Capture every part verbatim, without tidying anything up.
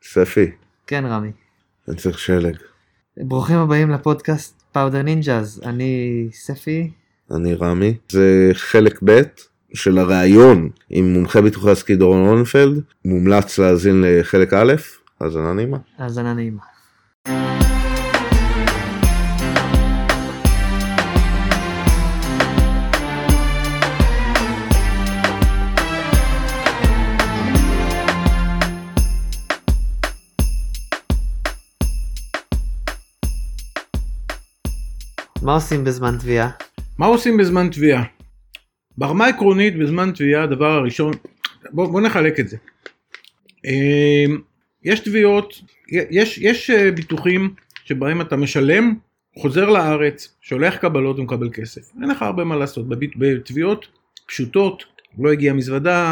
ספי. כן, רמי. אני צריך שלג. ברוכים הבאים לפודקאסט פאודר נינג'אז. אני ספי. אני רמי. זה חלק ב' של הרעיון עם מומחה ביטוחי עסקי דורון רונפלד. מומלץ להאזין לחלק א', האזנה נעימה. האזנה נעימה. מה עושים בזמן תביעה? מה עושים בזמן תביעה? ברמה עקרונית, בזמן תביעה, הדבר הראשון, בוא, בוא נחלק את זה. יש תביעות, יש, יש ביטוחים שבהם אתה משלם, חוזר לארץ, שולח קבלות ומקבל כסף. אין לך הרבה מה לעשות. בתביעות פשוטות, לא הגיע מזוודה,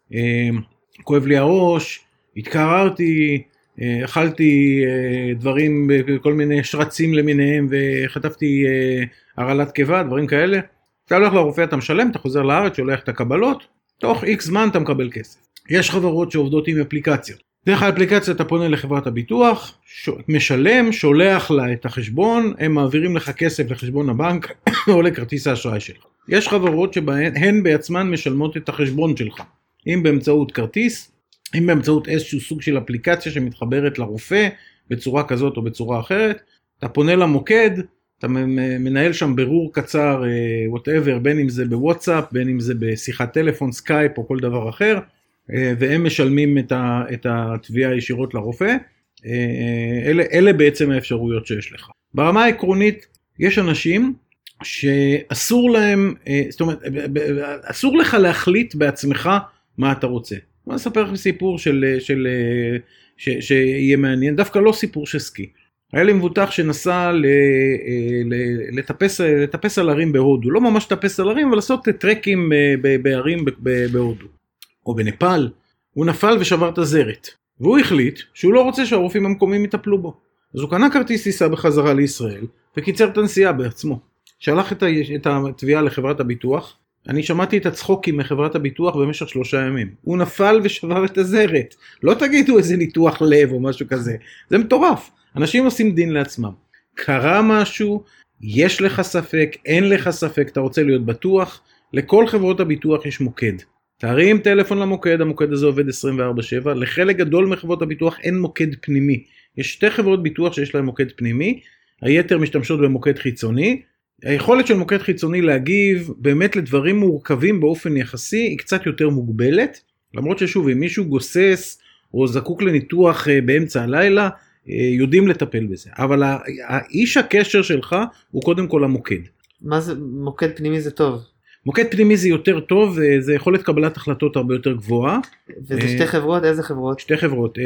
כואב לי הראש, התקררתי, אכלתי דברים, כל מיני שרצים למיניהם, וחטפתי הרעלת קיבה, דברים כאלה. אתה הולך לרופא, אתה משלם, אתה חוזר לארץ, שולח את הקבלות, תוך איקס זמן אתה מקבל כסף. יש חברות שעובדות עם אפליקציות. דרך האפליקציה אתה פונה לחברת הביטוח, משלם, שולח לה את החשבון, הם מעבירים לך כסף לחשבון הבנק, או לכרטיס האשראי שלך. יש חברות שבהן הן בעצמן משלמות את החשבון שלך, אם באמצעות כרטיס, אם באמצעות איזשהו סוג של אפליקציה שמתחברת לרופא, בצורה כזאת או בצורה אחרת, אתה פונה למוקד, אתה מנהל שם ברור קצר, whatever, בין אם זה בוואטסאפ, בין אם זה בשיחת טלפון, סקייפ או כל דבר אחר, והם משלמים את התביעה ישירות לרופא. אלה, אלה בעצם האפשרויות שיש לך. ברמה העקרונית, יש אנשים שאסור להם, זאת אומרת, אסור לך להחליט בעצמך מה אתה רוצה. אני אספר לך סיפור של, של, ש, שיהיה מעניין, דווקא לא סיפור שסקי. היה לי מבוטח שנסע ל, ל, לטפס, לטפס על הרים בהודו, לא ממש לטפס על הרים, אבל לעשות טרקים בערים בהודו, או בנפאל. הוא נפל ושבר את הזרת, והוא החליט שהוא לא רוצה שהרופאים המקומיים יטפלו בו. אז הוא קנה כרטיס טיסה בחזרה לישראל, וקיצר את הנסיעה בעצמו. שלח את, את התביעה לחברת הביטוח, אני שמעתי את הצחוקים מחברת הביטוח במשך שלושה ימים. הוא נפל ושבר את הזרת. לא תגידו איזה ניתוח לב או משהו כזה. זה מטורף. אנשים עושים דין לעצמם. קרה משהו, יש לך ספק, אין לך ספק, אתה רוצה להיות בטוח. לכל חברות הביטוח יש מוקד. תרים טלפון למוקד, המוקד הזה עובד עשרים וארבע שבע. לחלק גדול מחברות הביטוח אין מוקד פנימי. יש שתי חברות ביטוח שיש להם מוקד פנימי. היתר משתמשות במוקד חיצוני. היכולת של מוקד חיצוני להגיב באמת לדברים מורכבים באופן יחסי היא קצת יותר מוגבלת, למרות ששוב אם מישהו גוסס או זקוק לניתוח באמצע הלילה יודעים לטפל בזה, אבל האיש הקשר שלך הוא קודם כל המוקד. מה זה מוקד פנימי? זה טוב. מוקד פנימי זה יותר טוב, זה יכולת קבלת החלטות הרבה יותר גבוהה. וזה שתי חברות? איזה חברות? שתי חברות,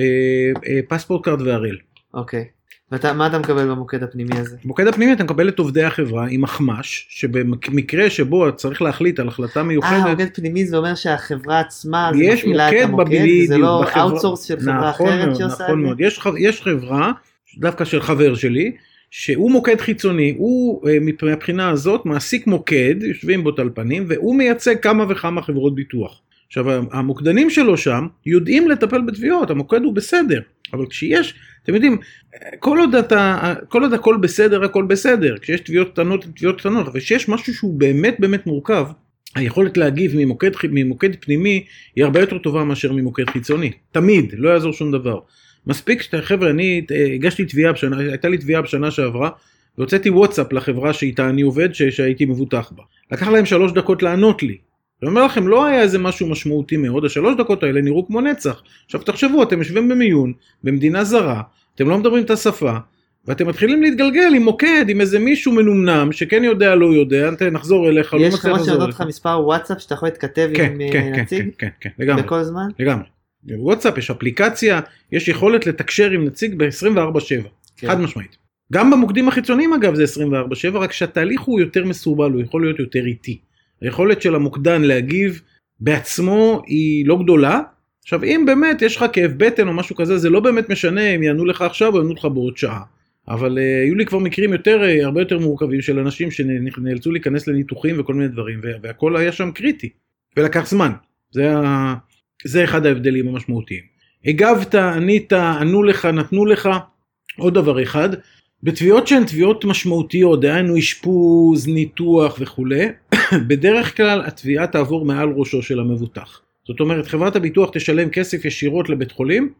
פספורט קארד והראל. אוקיי. ומה אתה מקבל במוקד הפנימי הזה? במוקד הפנימי אתה מקבל את עובדי החברה עם מחמש, שבמקרה שבו צריך להחליט על החלטה מיוחדת. אה, מוקד פנימי זה אומר שהחברה עצמה מפעילה את המוקד, זה לא אאוטסורס של חברה אחרת שעושה את זה? נכון מאוד, יש חברה, דווקא של חבר שלי, שהוא מוקד חיצוני, הוא מבחינה הזאת מעסיק מוקד, יושבים בו טלפנים, והוא מייצג כמה וכמה חברות ביטוח. עכשיו, המוקדנים שלו שם יודעים לטפל בתביעות, המוקד הוא בסדר, אבל כשיש, אתם יודעים, כל עוד, אתה, כל עוד הכל בסדר, הכל בסדר, כשיש תביעות קטנות, תביעות קטנות, אבל כשיש משהו שהוא באמת באמת מורכב, היכולת להגיב ממוקד, ממוקד פנימי היא הרבה יותר טובה מאשר ממוקד חיצוני, תמיד, לא יעזור שום דבר. מספיק שאתה, חבר'ה, אני הגשתי תביעה בשנה, הייתה לי תביעה בשנה שעברה, והוצאתי וואטסאפ לחברה שאיתה אני עובד, שהייתי מבוטח בה. לקח להם שלוש דקות לענות לי. אני אומר לכם, לא היה איזה משהו משמעותי מאוד, השלוש דקות האלה נראו כמו נצח. עכשיו תחשבו, אתם יושבים במיון, במדינה זרה, אתם לא מדברים את השפה, ואתם מתחילים להתגלגל עם מוקד, עם איזה מישהו מנומנם, שכן יודע, לא יודע, נחזור אליך, לא מצליח לחזור אליך. יש חברות שעונות לך מספר וואטסאפ, שאתה יכול להתכתב עם נציג? כן, כן, כן, לגמרי. בכל זמן? לגמרי. בוואטסאפ יש אפליקציה, יש יכולת לתקשר עם נציג ב-עשרים וארבע שבע, חד משמעית. גם במוקדים החיצוניים אגב זה עשרים וארבע שבע, רק שהתהליך הוא יותר מסורבל, הוא יכול להיות יותר איטי. היכולת של המוקדן להגיב בעצמו היא לא גדולה. עכשיו אם באמת יש לך כאב בטן או משהו כזה, זה לא באמת משנה אם יענו לך עכשיו או יענו לך בעוד שעה. אבל uh, היו לי כבר מקרים יותר, uh, הרבה יותר מורכבים של אנשים שנאלצו להיכנס לניתוחים וכל מיני דברים, והכל היה שם קריטי, ולקח זמן. זה, ה... זה אחד ההבדלים המשמעותיים. הגבת, ענית, ענו לך, נתנו לך. עוד דבר אחד, בתביעות שהן תביעות משמעותיות, דהיינו אשפוז, ניתוח וכו', בדרך כלל התביעה תעבור מעל ראשו של המבוטח. זאת אומרת, חברת הביטוח תשלם כסף ישירות לבית חולים,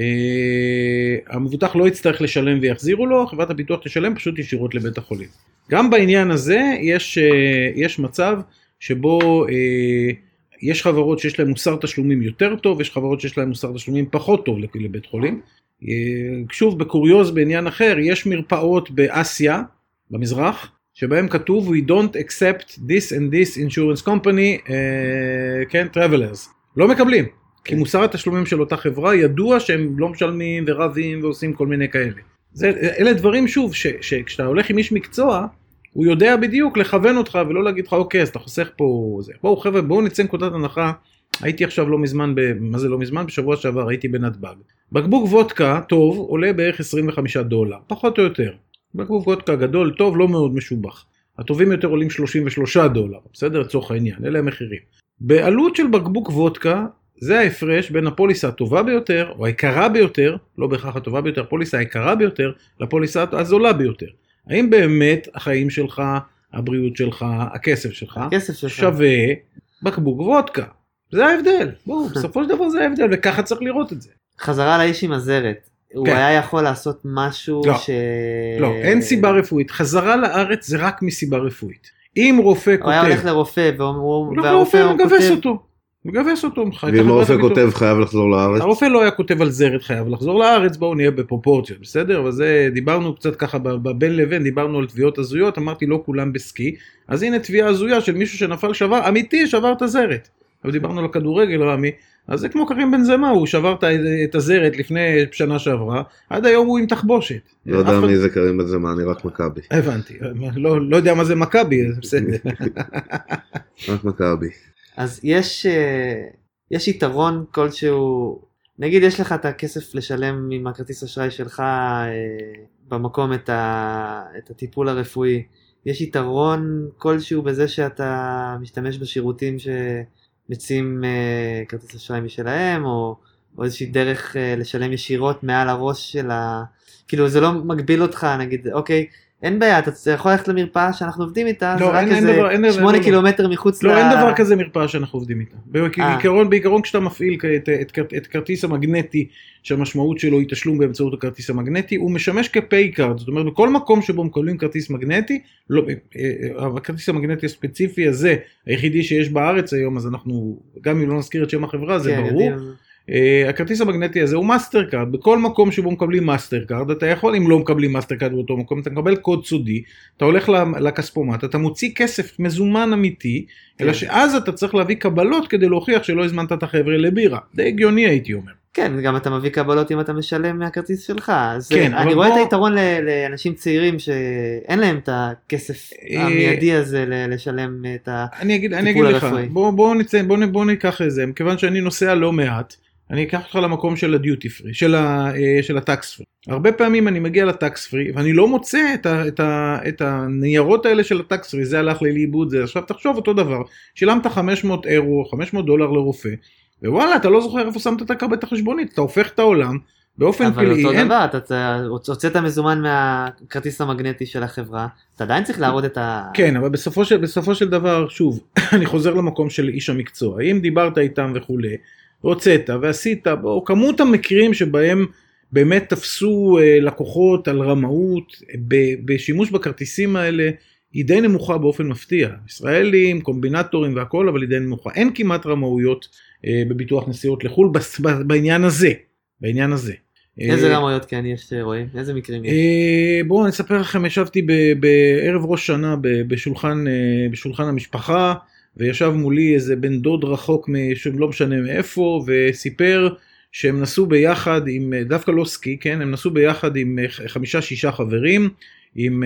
המבוטח לא יצטרך לשלם ויחזירו לו, חברת הביטוח תשלם פשוט ישירות לבית החולים. גם בעניין הזה יש, יש מצב שבו יש חברות שיש להם מוסר תשלומים יותר טוב, יש חברות שיש להם מוסר תשלומים פחות טוב לבית חולים. שוב, בקוריוז בעניין אחר, יש מרפאות באסיה, במזרח, שבהם כתוב we don't accept this and this insurance company, uh, כן, travelers. לא מקבלים, כי מוסר התשלומים של אותה חברה ידוע שהם לא משלמים ורבים ועושים כל מיני כאלה. זה, אלה דברים שוב, ש, שכשאתה הולך עם איש מקצוע, הוא יודע בדיוק לכוון אותך ולא להגיד לך, אוקיי, אז אתה חוסך פה זה. בואו חבר'ה, בואו נצא נקודת הנחה, הייתי עכשיו לא מזמן, ב, מה זה לא מזמן? בשבוע שעבר הייתי בנתב"ג. בקבוק וודקה טוב עולה בערך עשרים וחמישה דולר, פחות או יותר. בקבוק וודקה גדול, טוב, לא מאוד משובח. הטובים יותר עולים שלושים ושלושה דולר, בסדר? לצורך העניין, אלה המחירים. בעלות של בקבוק וודקה, זה ההפרש בין הפוליסה הטובה ביותר, או היקרה ביותר, לא בהכרח הטובה ביותר, הפוליסה היקרה ביותר, לפוליסה הזולה ביותר. האם באמת החיים שלך, הבריאות שלך, הכסף שלך, הכסף שלך. שווה בקבוק וודקה? זה ההבדל. בואו, בסופו של דבר זה ההבדל, וככה צריך לראות את זה. חזרה לאיש עם הזרת. הוא כן. היה יכול לעשות משהו לא, ש... לא, אין סיבה רפואית. חזרה לארץ זה רק מסיבה רפואית. אם רופא כותב... הוא היה הולך לרופא, והוא... לא, והרופא הוא מגבס אותו. מגבס אותו. ואם הרופא כותב חייב לחזור לארץ? הרופא לא היה כותב על זרת חייב לחזור לארץ, בואו נהיה בפרופורציות, בסדר? וזה, דיברנו קצת ככה בבין לבין, דיברנו על תביעות הזויות, אמרתי לא כולם בסקי, אז הנה תביעה הזויה של מישהו שנפל שבר, אמיתי שבר את הזרת. אבל דיברנו על הכדורגל רמי, אז זה כמו קרים בן זמה, הוא שבר את הזרת לפני שנה שעברה, עד היום הוא עם תחבושת. לא יודע מי זה קרים בן זמה, אני רק מכבי. הבנתי, לא יודע מה זה מכבי, זה בסדר. רק מכבי. אז יש, יש יתרון כלשהו, נגיד יש לך את הכסף לשלם עם הכרטיס אשראי שלך במקום את, ה, את הטיפול הרפואי, יש יתרון כלשהו בזה שאתה משתמש בשירותים שמציעים כרטיס אשראי משלהם, או, או איזושהי דרך לשלם ישירות מעל הראש של ה... כאילו זה לא מגביל אותך, נגיד, אוקיי, אין בעיה, אתה יכול ללכת למרפאה שאנחנו עובדים איתה, לא, זה רק אין, איזה דבר, אין, שמונה אין קילומטר דבר. מחוץ לא, ל... אין דבר כזה מרפאה שאנחנו עובדים איתה. בעיקרון, בעיקרון כשאתה מפעיל את, את, את, את כרטיס המגנטי, שהמשמעות שלו היא תשלום באמצעות הכרטיס המגנטי, הוא משמש כפיי קארד, זאת אומרת, בכל מקום שבו מקבלים כרטיס מגנטי, לא, הכרטיס המגנטי הספציפי הזה, היחידי שיש בארץ היום, אז אנחנו, גם אם לא נזכיר את שם החברה, זה כן, ברור. יודעים. Uh, הכרטיס המגנטי הזה הוא מאסטר קארד, בכל מקום שבו מקבלים מאסטר קארד, אתה יכול, אם לא מקבלים מאסטר קארד באותו מקום, אתה מקבל קוד סודי, אתה הולך לכספומט, אתה מוציא כסף מזומן אמיתי, כן. אלא שאז אתה צריך להביא קבלות כדי להוכיח שלא הזמנת את החבר'ה לבירה, די הגיוני הייתי אומר. כן, גם אתה מביא קבלות אם אתה משלם מהכרטיס שלך, אז כן, אני רואה בוא... את היתרון לאנשים צעירים שאין להם את הכסף המיידי הזה לשלם את הטיפול אני אגיד, אני אגיד לך, בוא, בוא נצא, בוא, בוא ניקח את זה, מכיוון שאני נוסע לא מעט, אני אקח אותך למקום של הדיוטי פרי, של, ה, של הטקס פרי. הרבה פעמים אני מגיע לטקס פרי, ואני לא מוצא את, ה, את, ה, את הניירות האלה של הטקס פרי, זה הלך לי לאיבוד, זה. עכשיו תחשוב אותו דבר, שילמת חמש מאות אירו, חמש מאות דולר לרופא, ווואלה, אתה לא זוכר איפה שמת את החשבונית, אתה הופך את העולם, באופן פלאי. אבל אותו אין... דבר, אתה הוצאת מזומן מהכרטיס המגנטי של החברה, אתה עדיין צריך להראות את ה... כן, אבל בסופו של, בסופו של דבר, שוב, אני חוזר למקום של איש המקצוע, אם דיברת איתם וכולי, הוצאת ועשית, או כמות המקרים שבהם באמת תפסו לקוחות על רמאות, בשימוש בכרטיסים האלה, היא די נמוכה באופן מפתיע. ישראלים, קומבינטורים והכל, אבל היא די נמוכה. אין כמעט רמאויות בביטוח נסיעות לחול בעניין הזה. בעניין הזה. איזה רמאויות כן יש רואים? איזה מקרים יש? בואו אני אספר לכם, ישבתי בערב ראש שנה בשולחן, בשולחן המשפחה, וישב מולי איזה בן דוד רחוק, לא משנה מאיפה, וסיפר שהם נסו ביחד עם, דווקא לא סקי, כן? הם נסו ביחד עם חמישה שישה חברים, עם,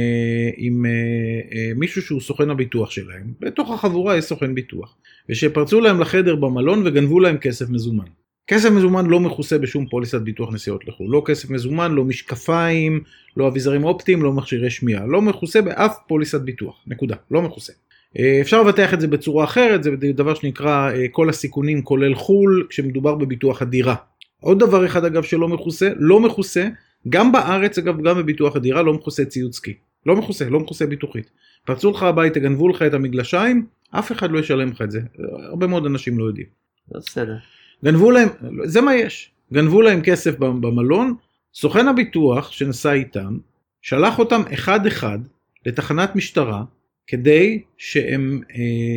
עם מישהו שהוא סוכן הביטוח שלהם. בתוך החבורה יש סוכן ביטוח. ושפרצו להם לחדר במלון וגנבו להם כסף מזומן. כסף מזומן לא מכוסה בשום פוליסת ביטוח נסיעות לחו"ל. לא כסף מזומן, לא משקפיים, לא אביזרים אופטיים, לא מכשירי שמיעה. לא מכוסה באף פוליסת ביטוח. נקודה. לא מכוסה. אפשר לבטח את זה בצורה אחרת, זה דבר שנקרא כל הסיכונים כולל חול, כשמדובר בביטוח הדירה. עוד דבר אחד אגב שלא מכוסה, לא מכוסה, גם בארץ אגב, גם בביטוח הדירה לא מכוסה ציוד סקי. לא מכוסה, לא מכוסה ביטוחית. פרצו לך הבית, גנבו לך את המגלשיים, אף אחד לא ישלם לך את זה. הרבה מאוד אנשים לא יודעים. זה בסדר. גנבו להם, זה מה יש. גנבו להם כסף במלון, סוכן הביטוח שנסע איתם, שלח אותם אחד אחד לתחנת משטרה, כדי שהם אה,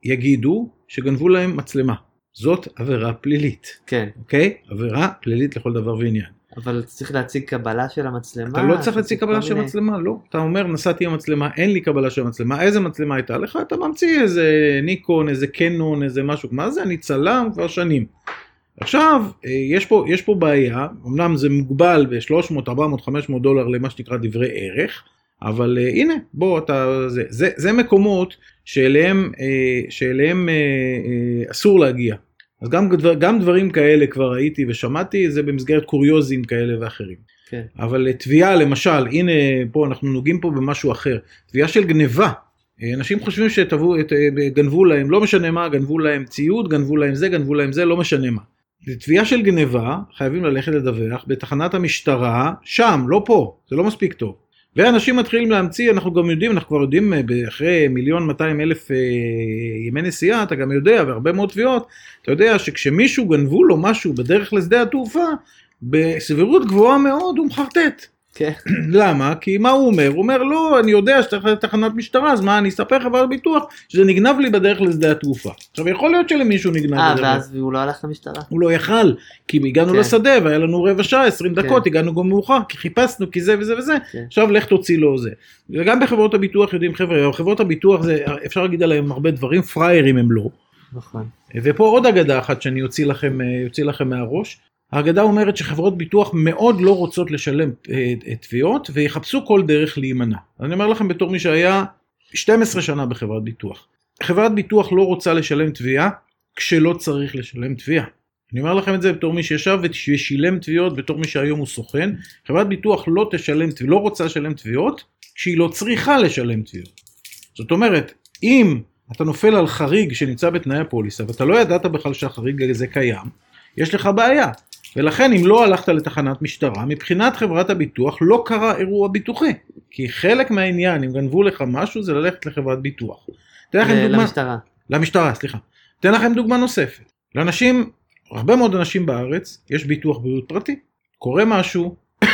יגידו שגנבו להם מצלמה. זאת עבירה פלילית. כן. אוקיי? עבירה פלילית לכל דבר ועניין. אבל צריך להציג קבלה של המצלמה. אתה לא צריך להציג קבלה של המצלמה, לא. אתה אומר, נסעתי המצלמה, אין לי קבלה של המצלמה. איזה מצלמה הייתה לך? אתה ממציא איזה ניקון, איזה קנון, איזה משהו. מה זה? אני צלם כבר שנים. עכשיו, יש פה, יש פה בעיה, אמנם זה מוגבל ב-שלוש מאות, ארבע מאות, חמש מאות דולר למה שנקרא דברי ערך, אבל uh, הנה, בוא, אתה, זה, זה, זה מקומות שאליהם, uh, שאליהם uh, uh, אסור להגיע. אז גם, גם דברים כאלה כבר ראיתי ושמעתי, זה במסגרת קוריוזים כאלה ואחרים. כן. אבל תביעה, למשל, הנה, פה אנחנו נוגעים פה במשהו אחר, תביעה של גניבה. אנשים חושבים שגנבו להם, לא משנה מה, גנבו להם ציוד, גנבו להם זה, גנבו להם זה, לא משנה מה. תביעה של גניבה, חייבים ללכת לדווח בתחנת המשטרה, שם, לא פה, זה לא מספיק טוב. ואנשים מתחילים להמציא, אנחנו גם יודעים, אנחנו כבר יודעים, אחרי מיליון מאתיים אלף ימי נסיעה, אתה גם יודע, והרבה מאוד תביעות, אתה יודע שכשמישהו גנבו לו משהו בדרך לשדה התעופה, בסבירות גבוהה מאוד הוא מחרטט. כן. למה? כי מה הוא אומר? הוא אומר, לא, אני יודע שצריך לתחנת משטרה, אז מה, אני אספר חברת ביטוח שזה נגנב לי בדרך לשדה התעופה. עכשיו, יכול להיות שלמישהו נגנב אה, בדרך. ואז הוא לא הלך למשטרה. הוא לא יכל, כי הגענו כן. לשדה, והיה לנו רבע שעה, עשרים דקות, כן. הגענו גם מאוחר, כי חיפשנו, כי זה וזה וזה. כן. עכשיו, לך תוציא לו זה. וגם בחברות הביטוח יודעים, חבר'ה, חברות הביטוח, זה, אפשר להגיד עליהם הרבה דברים, פריירים הם לא. נכון. ופה עוד אגדה אחת שאני אוציא לכם, אוציא לכם מהראש. האגדה אומרת שחברות ביטוח מאוד לא רוצות לשלם תביעות, ויחפשו כל דרך להימנע. אני אומר לכם בתור מי שהיה שתים עשרה שנה בחברת ביטוח. חברת ביטוח לא רוצה לשלם תביעה, כשלא צריך לשלם תביעה. אני אומר לכם את זה בתור מי שישב ושילם תביעות, בתור מי שהיום הוא סוכן. חברת ביטוח לא תשלם, לא רוצה לשלם תביעות, כשהיא לא צריכה לשלם תביעות. זאת אומרת, אם אתה נופל על חריג שנמצא בתנאי הפוליסה, ואתה לא ידעת בכלל שהחריג הזה קיים, יש לך בעיה. ולכן אם לא הלכת לתחנת משטרה, מבחינת חברת הביטוח לא קרה אירוע ביטוחי. כי חלק מהעניין, אם גנבו לך משהו, זה ללכת לחברת ביטוח. תן לכם דוגמה. למשטרה. למשטרה, סליחה. תן לכם דוגמה נוספת. לאנשים, הרבה מאוד אנשים בארץ, יש ביטוח בריאות פרטי. קורה משהו,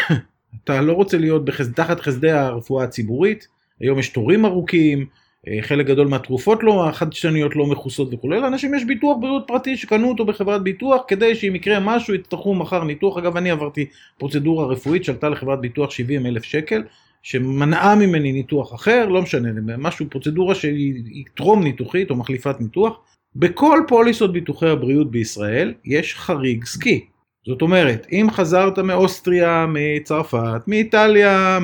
אתה לא רוצה להיות בחסד, תחת חסדי הרפואה הציבורית, היום יש תורים ארוכים, חלק גדול מהתרופות לא, החדשניות לא מכוסות וכו'. לאנשים יש ביטוח בריאות פרטי שקנו אותו בחברת ביטוח, כדי שאם יקרה משהו יצטרכו מחר ניתוח. אגב, אני עברתי פרוצדורה רפואית שעלתה לחברת ביטוח שבעים אלף שקל, שמנעה ממני ניתוח אחר, לא משנה, משהו, פרוצדורה שהיא טרום ניתוחית או מחליפת ניתוח. בכל פוליסות ביטוחי הבריאות בישראל יש חריג סקי. זאת אומרת, אם חזרת מאוסטריה, מצרפת, מאיטליה,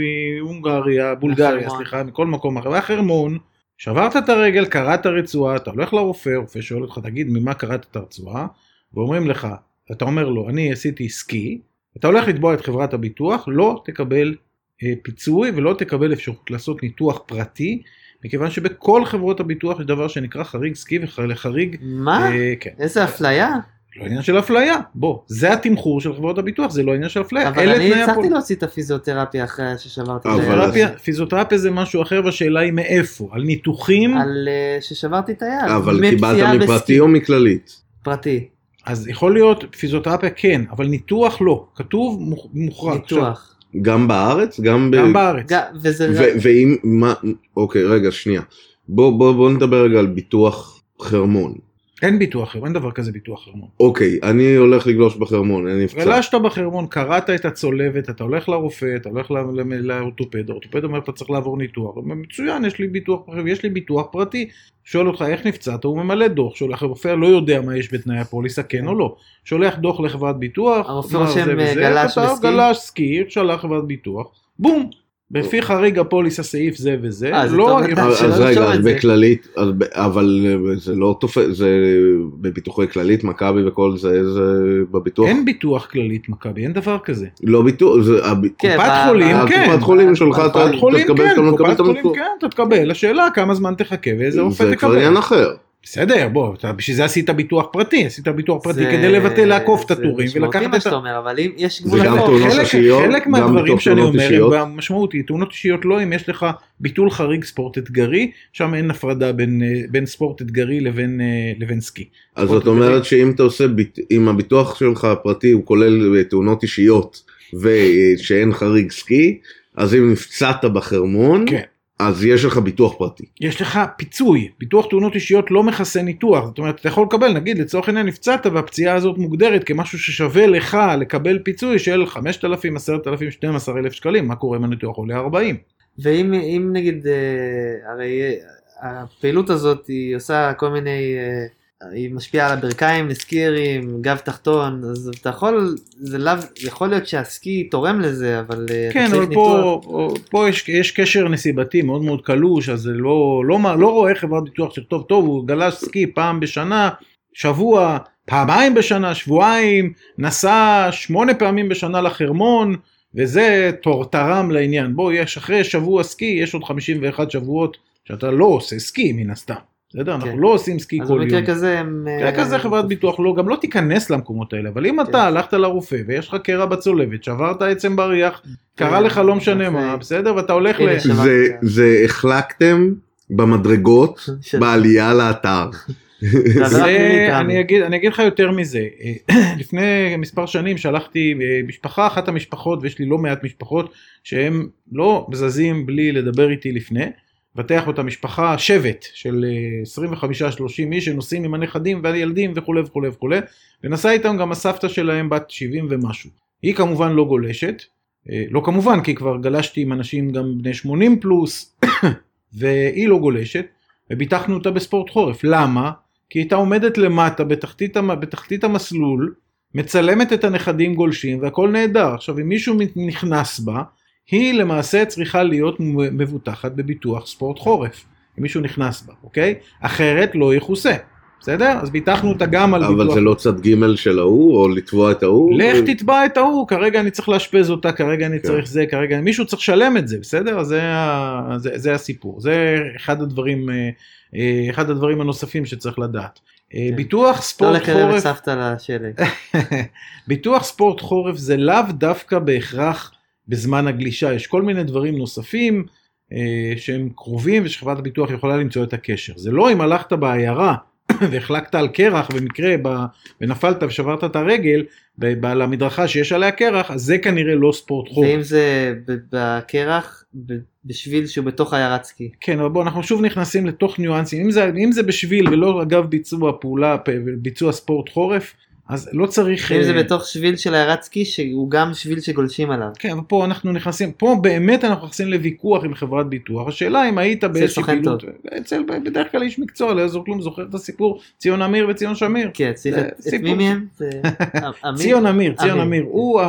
מהונגריה, בולגריה, סליחה, מכל מקום אחר, והחרמון, שברת את הרגל, קראת הרצועה, אתה הולך לרופא, רופא שואל אותך, תגיד, ממה קראת את הרצועה? ואומרים לך, אתה אומר לו, אני עשיתי סקי, אתה הולך לתבוע את חברת הביטוח, לא תקבל אה, פיצוי, ולא תקבל אפשרות לעשות ניתוח פרטי, מכיוון שבכל חברות הביטוח יש דבר שנקרא חריג סקי וחריג... מה? אה, כן. איזה אפליה? לא עניין של אפליה, בוא, זה התמחור של חברות הביטוח, זה לא עניין של אפליה. אבל אני הצלחתי להוציא את הפיזיותרפיה אחרי ששברתי את היד. פיזיותרפיה זה משהו אחר, והשאלה היא מאיפה, על ניתוחים? על ששברתי את היד. אבל קיבלת מפרטי או מכללית? פרטי. אז יכול להיות פיזיותרפיה כן, אבל ניתוח לא, כתוב מוכרח. ניתוח. גם בארץ? גם בארץ. ואם, אוקיי, רגע, שנייה. בוא נדבר רגע על ביטוח חרמון. אין ביטוח חרמון, אין דבר כזה ביטוח חרמון. אוקיי, אני הולך לגלוש בחרמון, אני נפצע. גלשת בחרמון, קראת את הצולבת, אתה הולך לרופא, אתה הולך לאורתופד, האורתופד אומר, אתה צריך לעבור ניתוח. מצוין, יש לי ביטוח, יש לי ביטוח פרטי. שואל אותך, איך נפצעת? הוא ממלא דוח, שולח לרופא, לא יודע מה יש בתנאי הפוליסה, כן או לא. שולח דוח לחברת ביטוח, הרופא רושם גלש בסקי. גלש סקי, שלח חברת ביטוח, בום. בפי חריג הפוליס הסעיף זה וזה, לא... אז רגע, אז בכללית, אבל זה לא תופס, זה בביטוחי כללית, מכבי וכל זה, זה בביטוח... אין ביטוח כללית מכבי, אין דבר כזה. לא ביטוח, זה... קופת חולים, כן. קופת חולים שלך, אתה תקבל, קופת חולים, כן, אתה תקבל. השאלה כמה זמן תחכה ואיזה אופן תקבל. זה כבר עניין אחר. בסדר, בוא, אתה, בשביל זה עשית ביטוח פרטי, עשית ביטוח פרטי זה- כדי לבטל, לעקוף את זה הטורים, משמעותי ולקחת מה את שאתה ה... אומר, אבל אם יש גבול וגם לחוק, תאונות חלק, אישיות, חלק גם מהדברים ביטוח שאני תאונות אומר, אישיות. המשמעות היא, תאונות אישיות לא, אם יש לך ביטול חריג ספורט אתגרי, שם אין הפרדה בין, בין ספורט אתגרי לבין, לבין סקי. אז זאת אומרת שאם אתה עושה, אם הביטוח שלך הפרטי הוא כולל תאונות אישיות, ושאין חריג סקי, אז אם נפצעת בחרמון, כן. אז יש לך ביטוח פרטי. יש לך פיצוי, ביטוח תאונות אישיות לא מכסה ניתוח, זאת אומרת, אתה יכול לקבל, נגיד, לצורך העניין נפצעת, והפציעה הזאת מוגדרת כמשהו ששווה לך לקבל פיצוי של חמשת אלפים, עשרת אלפים, שנים עשר אלף שקלים, מה קורה אם הניתוח עולה ארבעים? ואם אם נגיד, אה, הרי הפעילות הזאת היא עושה כל מיני, אה, היא משפיעה על הברכיים, לסקיירים, גב תחתון, אז אתה יכול, זה לאו, יכול להיות שהסקי תורם לזה, אבל אה, כן, אתה אבל צריך ניתוח. פה, פה יש, יש קשר נסיבתי מאוד מאוד קלוש, אז זה לא, לא, לא רואה חברת ביטוח שטוב, טוב, הוא גלש סקי פעם בשנה, שבוע, פעמיים בשנה, שבועיים, נסע שמונה פעמים בשנה לחרמון, וזה תור, תרם לעניין. בוא, יש אחרי שבוע סקי, יש עוד חמישים ואחד שבועות, שאתה לא עושה סקי מן הסתם. בסדר? כן. אנחנו לא עושים סקי אז כל יום. במקרה כזה הם... במקרה כזה חברת ביטוח לא, גם לא תיכנס למקומות האלה, אבל אם אתה הלכת לרופא ויש לך קרע בצולבת, שברת עצם בריח, קרה לך לא משנה מה, בסדר? ואתה הולך ל... זה, זה החלקתם במדרגות של- בעלייה לאתר. זה עבירה זה, פלילית, אני רמי. אגיד, אני אגיד לך יותר מזה, לפני מספר שנים שלחתי משפחה, אחת המשפחות, ויש לי לא מעט משפחות, שהם לא מזזים בלי לדבר איתי לפני, פתח אותה משפחה, שבט של עשרים וחמישה שלושים איש, שנוסעים עם הנכדים והילדים וכו' וכו' וכו', ונסע איתם גם הסבתא שלהם בת שבעים ומשהו. היא כמובן לא גולשת, לא כמובן, כי כבר גלשתי עם אנשים גם בני שמונים פלוס, והיא לא גולשת, וביטחנו אותה בספורט חורף. למה? כי הייתה עומדת למטה בתחתית, בתחתית המסלול, מצלמת את הנכדים גולשים, והכל נהדר. עכשיו, אם מישהו נכנס בה, היא למעשה צריכה להיות מבוטחת בביטוח ספורט חורף. אם מישהו נכנס בה, אוקיי? אחרת לא יחוסה. בסדר? אז ביטחנו אותה גם על ביטוח. אבל זה לא צד ג' של ההוא, או לתבוע את ההוא? לך תתבע את ההוא, כרגע אני צריך להשפז אותה, כרגע אני צריך זה, כרגע מישהו צריך לשלם את זה, בסדר? אז זה, זה, זה הסיפור. זה אחד הדברים, אחד הדברים הנוספים שצריך לדעת. ביטוח ספורט לא לקרב את חורף, סבתא לשלג. ביטוח ספורט חורף זה לאו דווקא בהכרח בזמן הגלישה, יש כל מיני דברים נוספים שהם קרובים ושחברת הביטוח יכולה למצוא את הקשר. זה לא אם הלכת בעיירה, והחלקת על קרח במקרה ונפלת ושברת את הרגל למדרכה שיש עליה קרח, אז זה כנראה לא ספורט חורף. ואם זה בקרח, בשביל שהוא בתוך עיירת סקי. כן, אבל בוא, אנחנו שוב נכנסים לתוך ניואנסים. אם זה, אם זה בשביל ולא אגב ביצוע פעולה, ביצוע ספורט חורף, אז לא צריך... אם זה בתוך שביל של עיירת סקי, שהוא גם שביל שגולשים עליו. כן, ופה אנחנו נכנסים, פה באמת אנחנו נכנסים לוויכוח עם חברת ביטוח. השאלה אם היית באיזושהי פעילות, אצל בדרך כלל איש מקצוע, לא יעזור כלום, זוכר את הסיפור, ציון אמיר וציון שמיר. כן, צריך את מי מהם? ציון אמיר, ציון אמיר,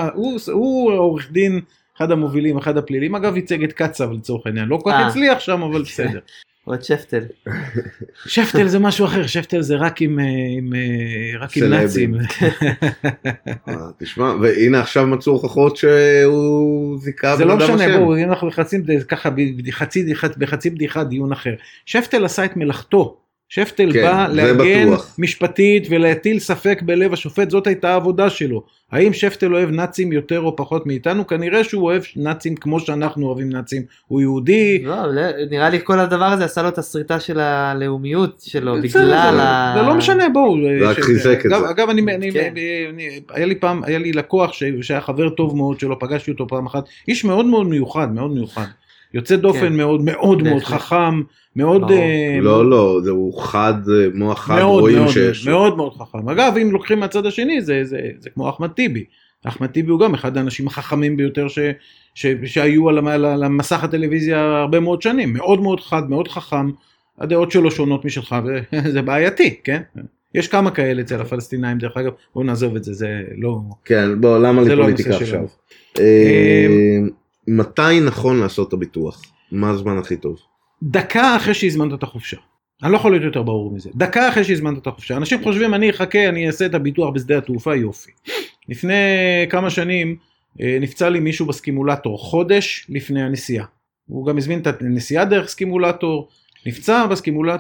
הוא עורך דין, אחד המובילים, אחד הפלילים, אגב ייצג את קצב לצורך העניין, לא כל כך הצליח שם, אבל בסדר. או את שפטל. שפטל זה משהו אחר, שפטל זה רק עם, עם, רק עם נאצים. תשמע, והנה עכשיו מצאו הוכחות שהוא זיקה זה לא משנה, בואו, אם אנחנו מחצים ככה בחצי, בחצי בדיחה דיון אחר. שפטל עשה את מלאכתו, שפטל כן, בא להגן בטוח. משפטית ולהטיל ספק בלב השופט, זאת הייתה העבודה שלו. האם שפטל אוהב נאצים יותר או פחות מאיתנו? כנראה שהוא אוהב נאצים כמו שאנחנו אוהבים נאצים. הוא יהודי. לא, נראה לי כל הדבר הזה עשה לו את הסריטה של הלאומיות שלו, זה, בגלל זה, ה... זה לא משנה, בואו. רק חיזק את זה. אגב, אני, אני, כן. אני, היה לי פעם, היה לי לקוח שהיה חבר טוב מאוד שלו, פגשתי אותו פעם אחת, איש מאוד מאוד מיוחד, מאוד מיוחד. יוצא דופן כן. מאוד מאוד מאוד חכם, מאוד... לא, לא, זהו חד, מוח חד, מאוד, רואים מאוד, שיש. מאוד מאוד חכם. אגב, אם לוקחים מהצד השני, זה, זה, זה כמו אחמד טיבי. אחמד טיבי הוא גם אחד האנשים החכמים ביותר ש, ש, שהיו על, על, על מסך הטלוויזיה הרבה מאוד שנים. מאוד מאוד חד, מאוד חכם. הדעות שלו שונות משלך, וזה בעייתי, כן? יש כמה כאלה אצל הפלסטינאים, דרך אגב, בואו נעזוב את זה, זה לא... כן, בוא, למה לי פוליטיקה עכשיו? מתי נכון לעשות את הביטוח? מה הזמן הכי טוב? דקה אחרי שהזמנת את החופשה. אני לא יכול להיות יותר ברור מזה. דקה אחרי שהזמנת את החופשה. אנשים חושבים, אני אחכה, אני אעשה את הביטוח בשדה התעופה, יופי. לפני כמה שנים נפצע לי מישהו בסקימולטור, חודש לפני הנסיעה. הוא גם הזמין את הנסיעה דרך סקימולטור, נפצע בסקימולטור,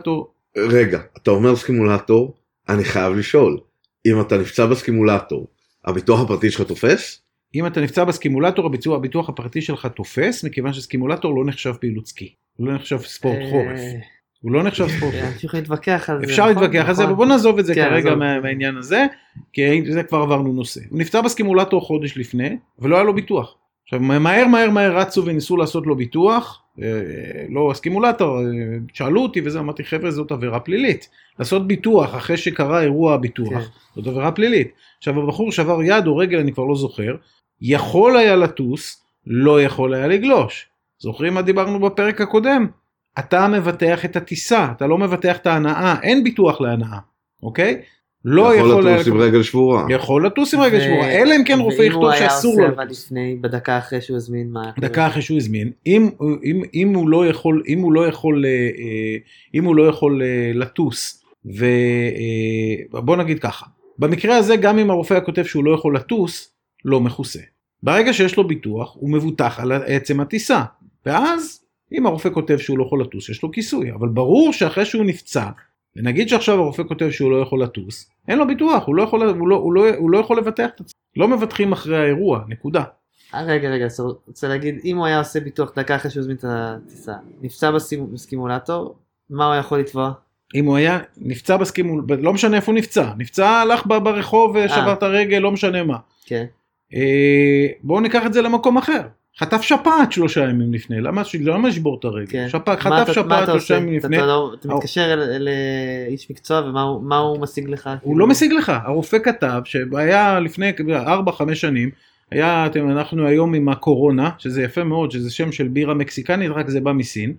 רגע, אתה אומר סקימולטור, אני חייב לשאול, אם אתה נפצע בסקימולטור, הביטוח הפרטי שלך תופס? אם אתה נפצע בסקימולטור, הביצוע, הביטוח הפרטי שלך תופס, מכיוון שסקימולטור לא נחשב פעילות סקי, הוא לא נחשב ספורט חורף. הוא לא נחשב ספורט חורף. אפשר להתווכח על זה. אפשר להתווכח על זה, אבל בוא נעזוב את זה כרגע מהעניין הזה, כי זה כבר עברנו נושא. הוא נפצע בסקימולטור חודש לפני, ולא היה לו ביטוח. עכשיו, מהר מהר מהר רצו וניסו לעשות לו ביטוח, לא הסקימולטור, שאלו אותי וזה, אמרתי, חבר'ה, זאת עבירה פלילית. לעשות ביטוח אחרי שקרה אירוע הביטוח, זאת עבירה פלילית. עכשיו, הבחור שבר יד או רגל, אני כבר לא זוכר, יכול היה לטוס, לא יכול היה לגלוש. זוכרים מה דיברנו בפרק הקודם? אתה מבטח את הטיסה, אתה לא מבטח את ההנאה, אין ביטוח להנאה, אוקיי? לא יכול לטוס עם רגל שבורה. יכול לטוס עם רגל שבורה, אלא אם כן רופא יכתוב שאסור לו. ואם הוא היה עושה אבל לפני, בדקה אחרי שהוא הזמין, מה? דקה אחרי שהוא הזמין, אם, אם, אם הוא לא יכול, אם הוא לא יכול, אם הוא לא יכול לטוס, ובוא נגיד ככה, במקרה הזה גם אם הרופא כותב שהוא לא יכול לטוס, לא מכוסה. ברגע שיש לו ביטוח, הוא מבוטח על עצם הטיסה, ואז אם הרופא כותב שהוא לא יכול לטוס, יש לו כיסוי, אבל ברור שאחרי שהוא נפצע, ונגיד שעכשיו הרופא כותב שהוא לא יכול לטוס, אין לו ביטוח, הוא לא יכול, הוא לא, הוא לא, הוא לא יכול לבטח את עצמו. לא מבטחים אחרי האירוע, נקודה. רגע, רגע, אני רוצה להגיד, אם הוא היה עושה ביטוח דקה אחרי שהוא הזמין את הטיסה, נפצע בסקימולטור, מה הוא יכול לתבוע? אם הוא היה נפצע בסקימולטור, לא משנה איפה הוא נפצע, נפצע הלך ברחוב ושבר את הרגל, לא משנה מה. כן. בואו ניקח את זה למקום אחר. חטף שפעת שלושה ימים לפני, למה לשבור את הרגל? חטף שפעת שלושה ימים לפני. אתה מתקשר לאיש מקצוע ומה הוא משיג לך? הוא לא משיג לך, הרופא כתב שהיה לפני ארבע חמש שנים, היה, אנחנו היום עם הקורונה, שזה יפה מאוד, שזה שם של בירה מקסיקנית, רק זה בא מסין,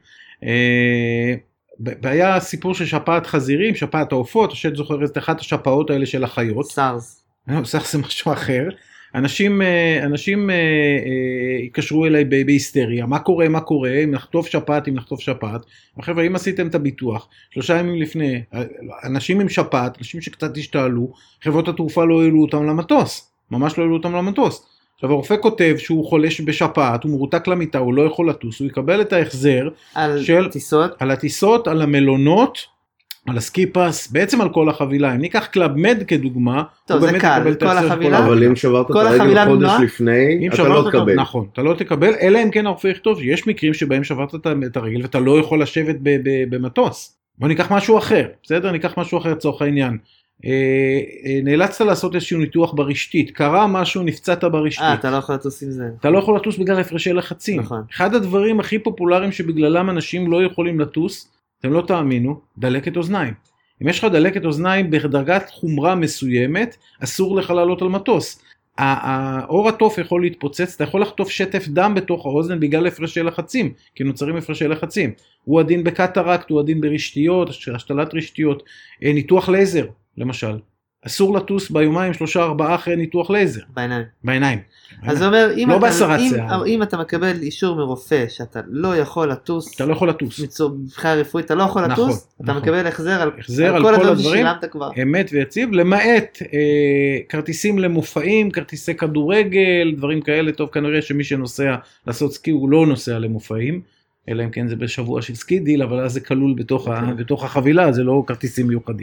והיה סיפור של שפעת חזירים, שפעת העופות, השד זוכר את אחת השפעות האלה של החיות. סארס. סארס זה משהו אחר. אנשים, אנשים יקשרו אליי בהיסטריה, מה קורה, מה קורה, אם נחטוף שפעת, אם נחטוף שפעת, החבר'ה, אם עשיתם את הביטוח, שלושה ימים לפני, אנשים עם שפעת, אנשים שקצת השתעלו, חברות התעופה לא העלו אותם למטוס, ממש לא העלו אותם למטוס. עכשיו הרופא כותב שהוא חולש בשפעת, הוא מרותק למיטה, הוא לא יכול לטוס, הוא יקבל את ההחזר על של, טיסות? על הטיסות, על המלונות, על הסקיפס, בעצם על כל החבילה. אם ניקח קלאב מד כדוגמה, טוב, זה קל, כל החבילה. אבל אם שברת את הרגל חודש לפני, אתה לא תקבל. נכון, אתה לא תקבל, אלא אם כן הרופא יכתוב, יש מקרים שבהם שברת את הרגל, ואתה לא יכול לשבת במטוס. בוא ניקח משהו אחר, בסדר? ניקח משהו אחר לצורך העניין. נאלצת לעשות איזשהו ניתוח ברשתית, קרה משהו, נפצעת ברשתית. אה, אתה לא יכול לטוס עם זה. אתה לא יכול לטוס בגלל הפרשי לחצים. נכון. אחד הדברים הכי פופולריים שבגללם אנשים לא יכולים לטוס, אתם לא תאמינו, דלקת אוזניים. אם יש לך דלקת אוזניים בדרגת חומרה מסוימת, אסור לך לעלות על מטוס. האור התוף יכול להתפוצץ, אתה יכול לחטוף שטף דם בתוך האוזן בגלל הפרשי לחצים, כי נוצרים הפרשי לחצים. הוא הדין בקטרקט, הוא הדין ברשתיות, השתלת רשתיות, ניתוח לייזר, למשל. אסור לטוס ביומיים, שלושה, ארבעה אחרי ניתוח לייזר. בעיניים. בעיניים. אז זה אומר, אם, לא אתה, אם, אם אתה מקבל אישור מרופא שאתה לא יכול לטוס, אתה לא יכול לטוס. מבחינה רפואית, אתה לא יכול נכון, לטוס, אתה נכון. מקבל החזר על, החזר על, על כל, כל הדברים הדברים, ששילמת כבר. אמת ויציב, למעט אה, כרטיסים למופעים, כרטיסי כדורגל, דברים כאלה. טוב, כנראה שמי שנוסע לעשות סקי הוא לא נוסע למופעים, אלא אם כן זה בשבוע של סקי דיל, אבל אז זה כלול בתוך, okay. ה, בתוך החבילה, זה לא כרטיסים מיוחדים.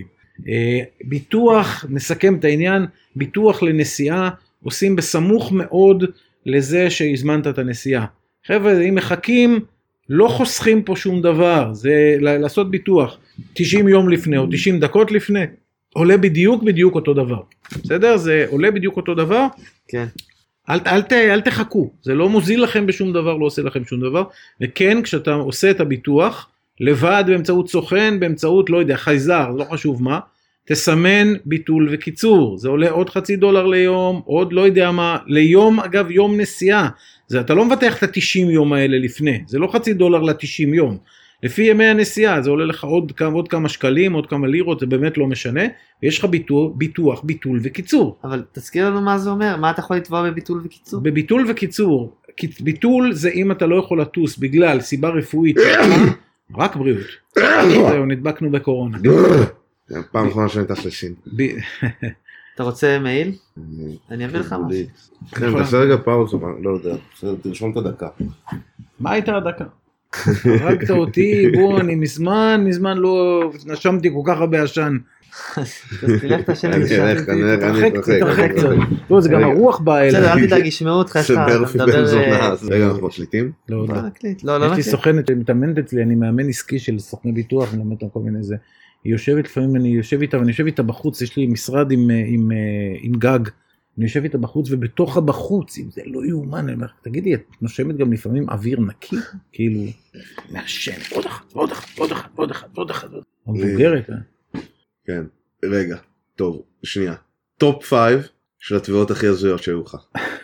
ביטוח, נסכם את העניין, ביטוח לנסיעה עושים בסמוך מאוד לזה שהזמנת את הנסיעה. חבר'ה, אם מחכים, לא חוסכים פה שום דבר, זה לעשות ביטוח תשעים יום לפני או תשעים דקות לפני, עולה בדיוק בדיוק אותו דבר. בסדר? זה עולה בדיוק אותו דבר. כן. אל, אל, אל, אל תחכו, זה לא מוזיל לכם בשום דבר, לא עושה לכם שום דבר, וכן, כשאתה עושה את הביטוח, לבד באמצעות סוכן, באמצעות, לא יודע, חייזר, לא חשוב מה, תסמן ביטול וקיצור, זה עולה עוד חצי דולר ליום, עוד לא יודע מה, ליום, אגב, יום נסיעה, זה, אתה לא מבטח את ה-תשעים יום האלה לפני, זה לא חצי דולר ל-תשעים יום, לפי ימי הנסיעה, זה עולה לך עוד, עוד כמה שקלים, עוד כמה לירות, זה באמת לא משנה, ויש לך ביטוח, ביטוח, ביטול וקיצור. אבל תזכיר לנו מה זה אומר, מה אתה יכול לתבוע בביטול וקיצור? בביטול וקיצור, ביטול זה אם אתה לא יכול לטוס בגלל סיבה רפואית, רק בריאות. זהו, נדבקנו בקורונה. פעם אחרונה שאני טס לסין. אתה רוצה מייל? אני אביא לך משהו. כן, תעשה רגע פאוזה, לא יודע, תרשום את הדקה. מה הייתה הדקה? הרגת אותי, בוא, אני מזמן, מזמן לא נשמתי כל כך הרבה עשן. אז תלך את השם. תתרחק קצת. לא, זה גם הרוח באה אליי. בסדר, אל תדאג, ישמעו אותך, אתה מדבר... רגע, אנחנו מקליטים? לא, לא. לא, לא יש לי נקליט. סוכנת מתאמנת אצלי, אני מאמן עסקי של סוכני ביטוח, אני למד כל מיני זה. היא יושבת לפעמים, אני יושב איתה, ואני יושב איתה בחוץ, יש לי משרד עם, עם, עם גג, אני יושב איתה בחוץ, ובתוך הבחוץ, אם זה לא יאומן, אני אומר, תגידי, את נושמת גם לפעמים אוויר נקי? כאילו, מעשן, עוד אחת, עוד אחת, עוד אחת, עוד אחת, עוד אחת, המבוגרת, אה? כן, רגע, טוב, שנייה. טופ פייב של התביעות הכי הזויות שהיו לך.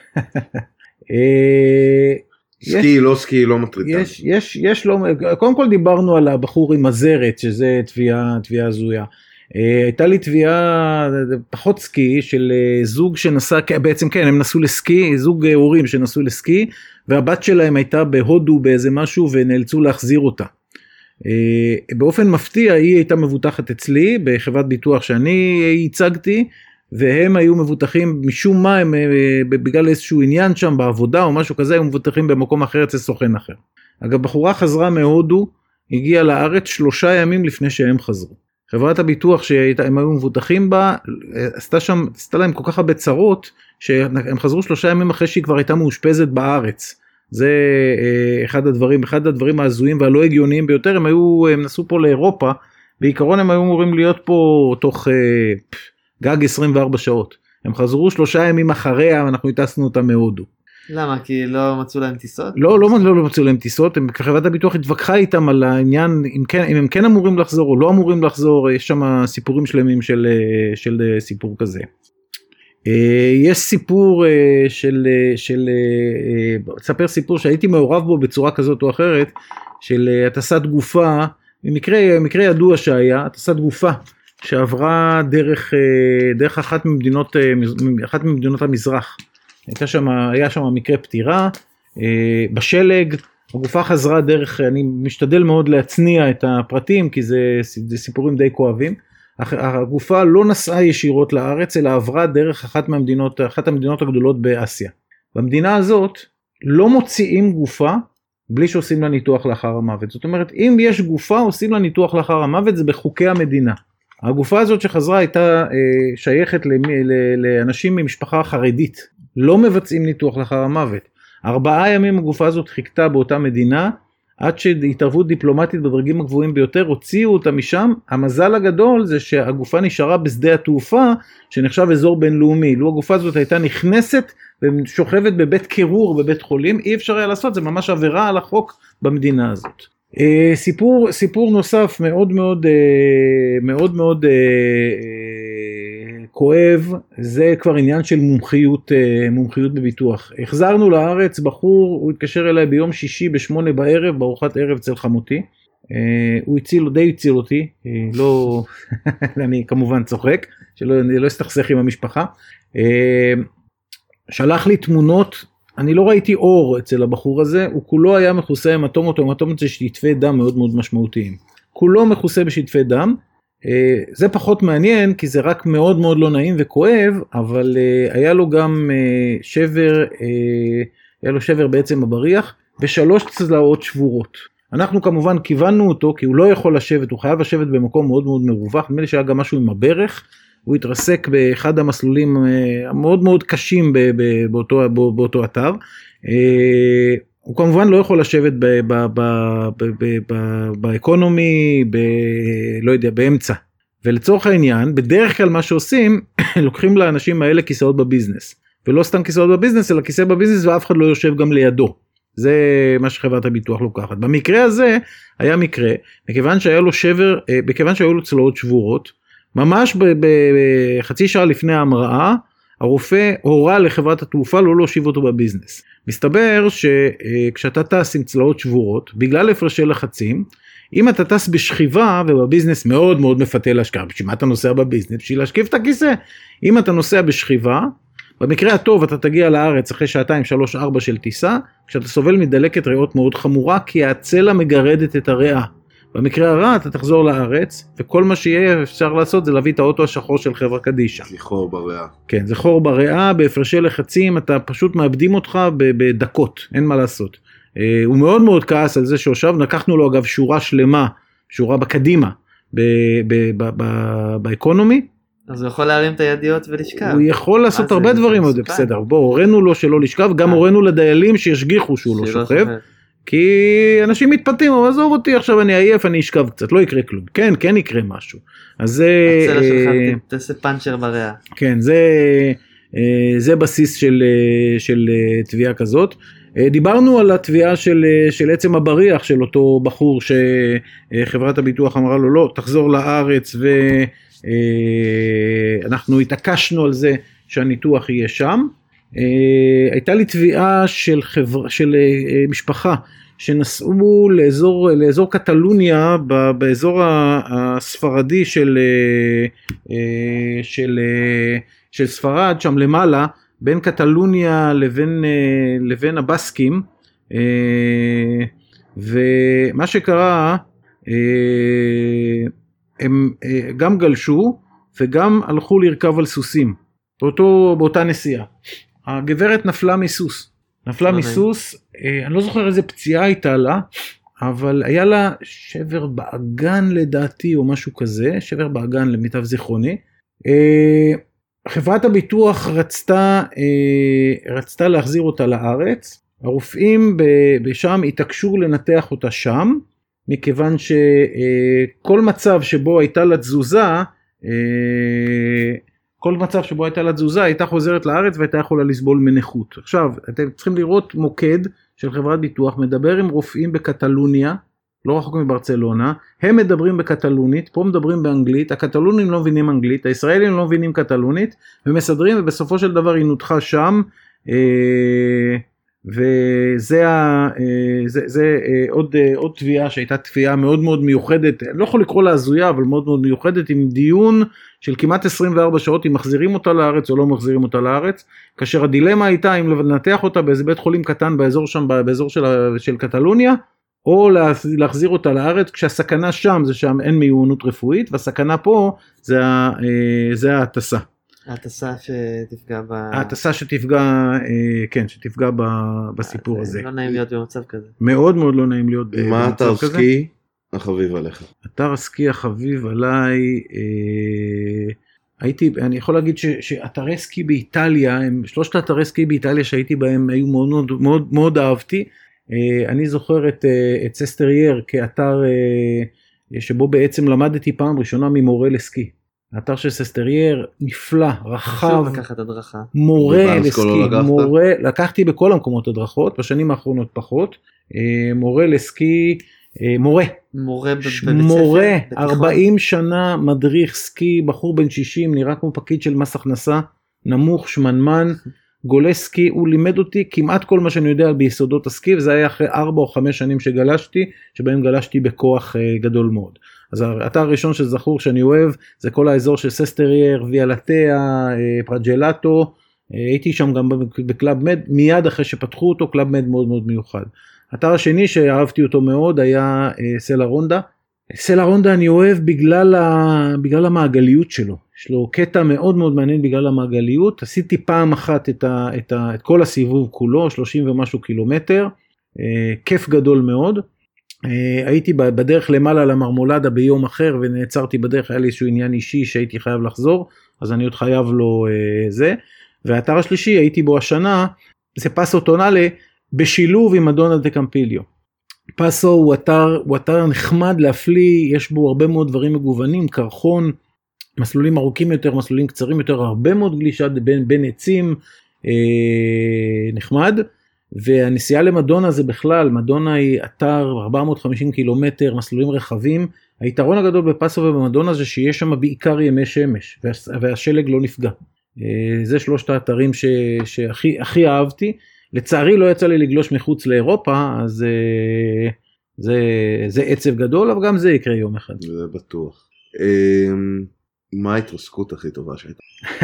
סקי, לא סקי, לא מטרידה. יש, יש, יש לא, קודם כל דיברנו על הבחור עם הזרת, שזה תביעה, תביעה הזויה. הייתה לי תביעה פחות סקי של זוג שנסע, בעצם כן, הם נסעו לסקי, זוג הורים שנסעו לסקי, והבת שלהם הייתה בהודו באיזה משהו ונאלצו להחזיר אותה. באופן מפתיע היא הייתה מבוטחת אצלי בחברת ביטוח שאני ייצגתי, והם היו מבוטחים משום מה, הם, בגלל איזשהו עניין שם בעבודה או משהו כזה, היו מבוטחים במקום אחר אצל סוכן אחר. אגב, בחורה חזרה מהודו, הגיעה לארץ שלושה ימים לפני שהם חזרו. חברת הביטוח שהם היו מבוטחים בה, עשתה שם, עשתה להם כל כך הרבה צרות, שהם חזרו שלושה ימים אחרי שהיא כבר הייתה מאושפזת בארץ. זה אחד הדברים, אחד הדברים ההזויים והלא הגיוניים ביותר, הם היו, הם נסעו פה לאירופה, בעיקרון הם היו אמורים להיות פה תוך גג עשרים וארבע שעות. הם חזרו שלושה ימים אחריה, ואנחנו הטסנו אותם מהודו. למה? כי לא מצאו להם טיסות? לא, לא, לא, לא מצאו להם טיסות, חברת הביטוח התווכחה איתם על העניין, אם, כן, אם הם כן אמורים לחזור או לא אמורים לחזור, יש שם סיפורים שלמים של, של סיפור כזה. יש סיפור של, של, תספר סיפור שהייתי מעורב בו בצורה כזאת או אחרת, של הטסת גופה, במקרה, מקרה ידוע שהיה, הטסת גופה, שעברה דרך, דרך אחת ממדינות, אחת ממדינות המזרח. הייתה שם, היה שם מקרה פטירה, בשלג, הגופה חזרה דרך, אני משתדל מאוד להצניע את הפרטים, כי זה, זה סיפורים די כואבים. הגופה לא נסעה ישירות לארץ, אלא עברה דרך אחת מהמדינות, אחת המדינות הגדולות באסיה. במדינה הזאת לא מוציאים גופה בלי שעושים לה ניתוח לאחר המוות. זאת אומרת, אם יש גופה, עושים לה ניתוח לאחר המוות, זה בחוקי המדינה. הגופה הזאת שחזרה הייתה שייכת לאנשים ממשפחה חרדית. לא מבצעים ניתוח לאחר המוות. ארבעה ימים הגופה הזאת חיכתה באותה מדינה, עד שהתערבות דיפלומטית בדרגים הגבוהים ביותר, הוציאו אותה משם. המזל הגדול זה שהגופה נשארה בשדה התעופה, שנחשב אזור בינלאומי. לו הגופה הזאת הייתה נכנסת ושוכבת בבית קירור בבית חולים, אי אפשר היה לעשות, זה ממש עבירה על החוק במדינה הזאת. סיפור, סיפור נוסף מאוד מאוד, מאוד מאוד כואב, זה כבר עניין של מומחיות, מומחיות בביטוח. החזרנו לארץ בחור, הוא התקשר אליי ביום שישי בשמונה בערב, בארוחת ערב אצל חמותי, הוא הציל, די הציל אותי, לא, אני כמובן צוחק, שלא לא אסתכסך עם המשפחה, שלח לי תמונות, אני לא ראיתי אור אצל הבחור הזה, הוא כולו היה מכוסה עם אטומות, עם אטומות של שטפי דם מאוד מאוד משמעותיים. כולו מכוסה בשטפי דם, זה פחות מעניין, כי זה רק מאוד מאוד לא נעים וכואב, אבל היה לו גם שבר, היה לו שבר בעצם בבריח, ושלוש צלעות שבורות. אנחנו כמובן כיוונו אותו, כי הוא לא יכול לשבת, הוא חייב לשבת במקום מאוד מאוד מרווח, נדמה לי שהיה גם משהו עם הברך, הוא התרסק באחד המסלולים המאוד מאוד קשים באותו, באותו אתר. הוא כמובן לא יכול לשבת באקונומי, לא יודע, באמצע. ולצורך העניין, בדרך כלל מה שעושים, לוקחים לאנשים האלה כיסאות בביזנס. ולא סתם כיסאות בביזנס, אלא כיסא בביזנס ואף אחד לא יושב גם לידו. זה מה שחברת הביטוח לוקחת. במקרה הזה היה מקרה, מכיוון שהיה לו שבר, מכיוון שהיו לו צלעות שבורות, ממש בחצי שעה לפני ההמראה, הרופא הורה לחברת התעופה לא להושיב אותו בביזנס. מסתבר שכשאתה טס עם צלעות שבורות, בגלל הפרשי לחצים, אם אתה טס בשכיבה ובביזנס מאוד מאוד מפתה להשכב, בשביל מה אתה נוסע בביזנס? בשביל להשכיב את הכיסא. אם אתה נוסע בשכיבה, במקרה הטוב אתה תגיע לארץ אחרי שעתיים, שלוש, ארבע של טיסה, כשאתה סובל מדלקת ריאות מאוד חמורה, כי הצלע מגרדת את הריאה. במקרה הרע אתה תחזור לארץ, וכל מה שיהיה אפשר לעשות זה להביא את האוטו השחור של חברה קדישה. זה חור בריאה. כן, זה חור בריאה, בהפרשי לחצים, אתה פשוט מאבדים אותך בדקות, אין מה לעשות. הוא מאוד מאוד כעס על זה שהושב, לקחנו לו אגב שורה שלמה, שורה בקדימה, באקונומי. אז הוא יכול להרים את הידיעות ולשכב. הוא יכול לעשות הרבה דברים עוד, בסדר, בוא, הורינו לו שלא לשכב, גם הורינו לדיילים שישגיחו שהוא לא שוכב, כי אנשים מתפתים, עזוב אותי, עכשיו אני עייף, אני אשכב קצת, לא יקרה כלום, כן, כן יקרה משהו. אז זה... הצלע שלך תעשה פאנצ'ר בריאה. כן, זה... זה בסיס של, של תביעה כזאת. דיברנו על התביעה של, של עצם הבריח של אותו בחור שחברת הביטוח אמרה לו לא, תחזור לארץ, ואנחנו התעקשנו על זה שהניתוח יהיה שם. הייתה לי תביעה של, חבר, של משפחה שנסעו לאזור, לאזור קטלוניה, באזור הספרדי של, של של ספרד, שם למעלה, בין קטלוניה לבין, לבין הבסקים, ומה שקרה, הם גם גלשו, וגם הלכו לרכב על סוסים, באותו, באותה נסיעה. הגברת נפלה מסוס, נפלה מסוס, אני לא זוכר איזה פציעה הייתה לה, אבל היה לה שבר באגן לדעתי, או משהו כזה, שבר באגן למיטב זיכרוני, חברת הביטוח רצתה, רצתה להחזיר אותה לארץ, הרופאים בשם התעקשו לנתח אותה שם, מכיוון שכל מצב שבו הייתה לה תזוזה, כל מצב שבו הייתה לה תזוזה, הייתה חוזרת לארץ והייתה יכולה לסבול מנכות. עכשיו, אתם צריכים לראות מוקד של חברת ביטוח, מדבר עם רופאים בקטלוניה, לא רחוק מברצלונה, הם מדברים בקטלונית, פה מדברים באנגלית, הקטלונים לא מבינים אנגלית, הישראלים לא מבינים קטלונית, ומסדרים, ובסופו של דבר היא נותחה שם, וזה ה, זה, זה עוד, עוד תביעה שהייתה תביעה מאוד מאוד מיוחדת, לא יכול לקרוא לה הזויה, אבל מאוד מאוד מיוחדת, עם דיון של כמעט עשרים וארבע שעות, אם מחזירים אותה לארץ או לא מחזירים אותה לארץ, כאשר הדילמה הייתה אם לנתח אותה באיזה בית חולים קטן באזור שם, באזור של, של קטלוניה, או להחזיר אותה לארץ, כשהסכנה שם זה שם אין מיומנות רפואית, והסכנה פה זה, זה ההטסה. ההטסה שתפגע ב... ההטסה שתפגע, כן, שתפגע בסיפור הזה. לא נעים להיות במצב כזה. מאוד מאוד לא נעים להיות במצב כזה. מה אתר סקי החביב עליך? אתר הסקי החביב עליי, הייתי, אני יכול להגיד שאתרי סקי באיטליה, שלושת אתרי סקי באיטליה שהייתי בהם, היו מאוד מאוד מאוד אהבתי, אני זוכר את, את ססטרייר כאתר שבו בעצם למדתי פעם ראשונה ממורה לסקי. האתר של ססטרייר נפלא, רחב, מורה לסקי, מורה, לקחתי בכל המקומות הדרכות, בשנים האחרונות פחות, מורה לסקי, מורה, מורה, מורה, ארבעים שנה מדריך סקי, בחור בן שישים, נראה כמו פקיד של מס הכנסה, נמוך, שמנמן, גולסקי, הוא לימד אותי כמעט כל מה שאני יודע ביסודות הסקי, וזה היה אחרי ארבע או חמש שנים שגלשתי, שבהם גלשתי בכוח גדול מאוד. אז האתר הראשון שזכור שאני אוהב, זה כל האזור של ססטרייר, ויאלטיה, פרג'לטו, הייתי שם גם בקלאב מד, מיד אחרי שפתחו אותו, קלאב מד מאוד מאוד מיוחד. האתר השני שאהבתי אותו מאוד, היה סלה רונדה. סלה רונדה אני אוהב בגלל, ה... בגלל המעגליות שלו, יש לו קטע מאוד מאוד מעניין בגלל המעגליות, עשיתי פעם אחת את, ה... את, ה... את כל הסיבוב כולו, שלושים ומשהו קילומטר, כיף גדול מאוד, הייתי בדרך למעלה למרמולדה ביום אחר, ונעצרתי בדרך, היה לי איזשהו עניין אישי שהייתי חייב לחזור, אז אני עוד חייב לו זה, והאתר השלישי הייתי בו השנה, זה פאסו טונאלה, בשילוב עם מדונה דה קמפיליו. פאסו הוא אתר, הוא אתר נחמד להפליא, יש בו הרבה מאוד דברים מגוונים, קרחון, מסלולים ארוכים יותר, מסלולים קצרים יותר, הרבה מאוד גלישה בין, בין עצים, אה, נחמד, והנסיעה למדונה זה בכלל, מדונה היא אתר ארבע מאות וחמישים קילומטר, מסלולים רחבים, היתרון הגדול בפאסו ובמדונה זה שיש שם בעיקר ימי שמש, והשלג לא נפגע. זה שלושת האתרים ש, שהכי הכי אהבתי, לצערי לא יצא לי לגלוש מחוץ לאירופה, אז זה, זה עצב גדול, אבל גם זה יקרה יום אחד. זה בטוח. מה ההתרסקות הכי טובה שהייתה?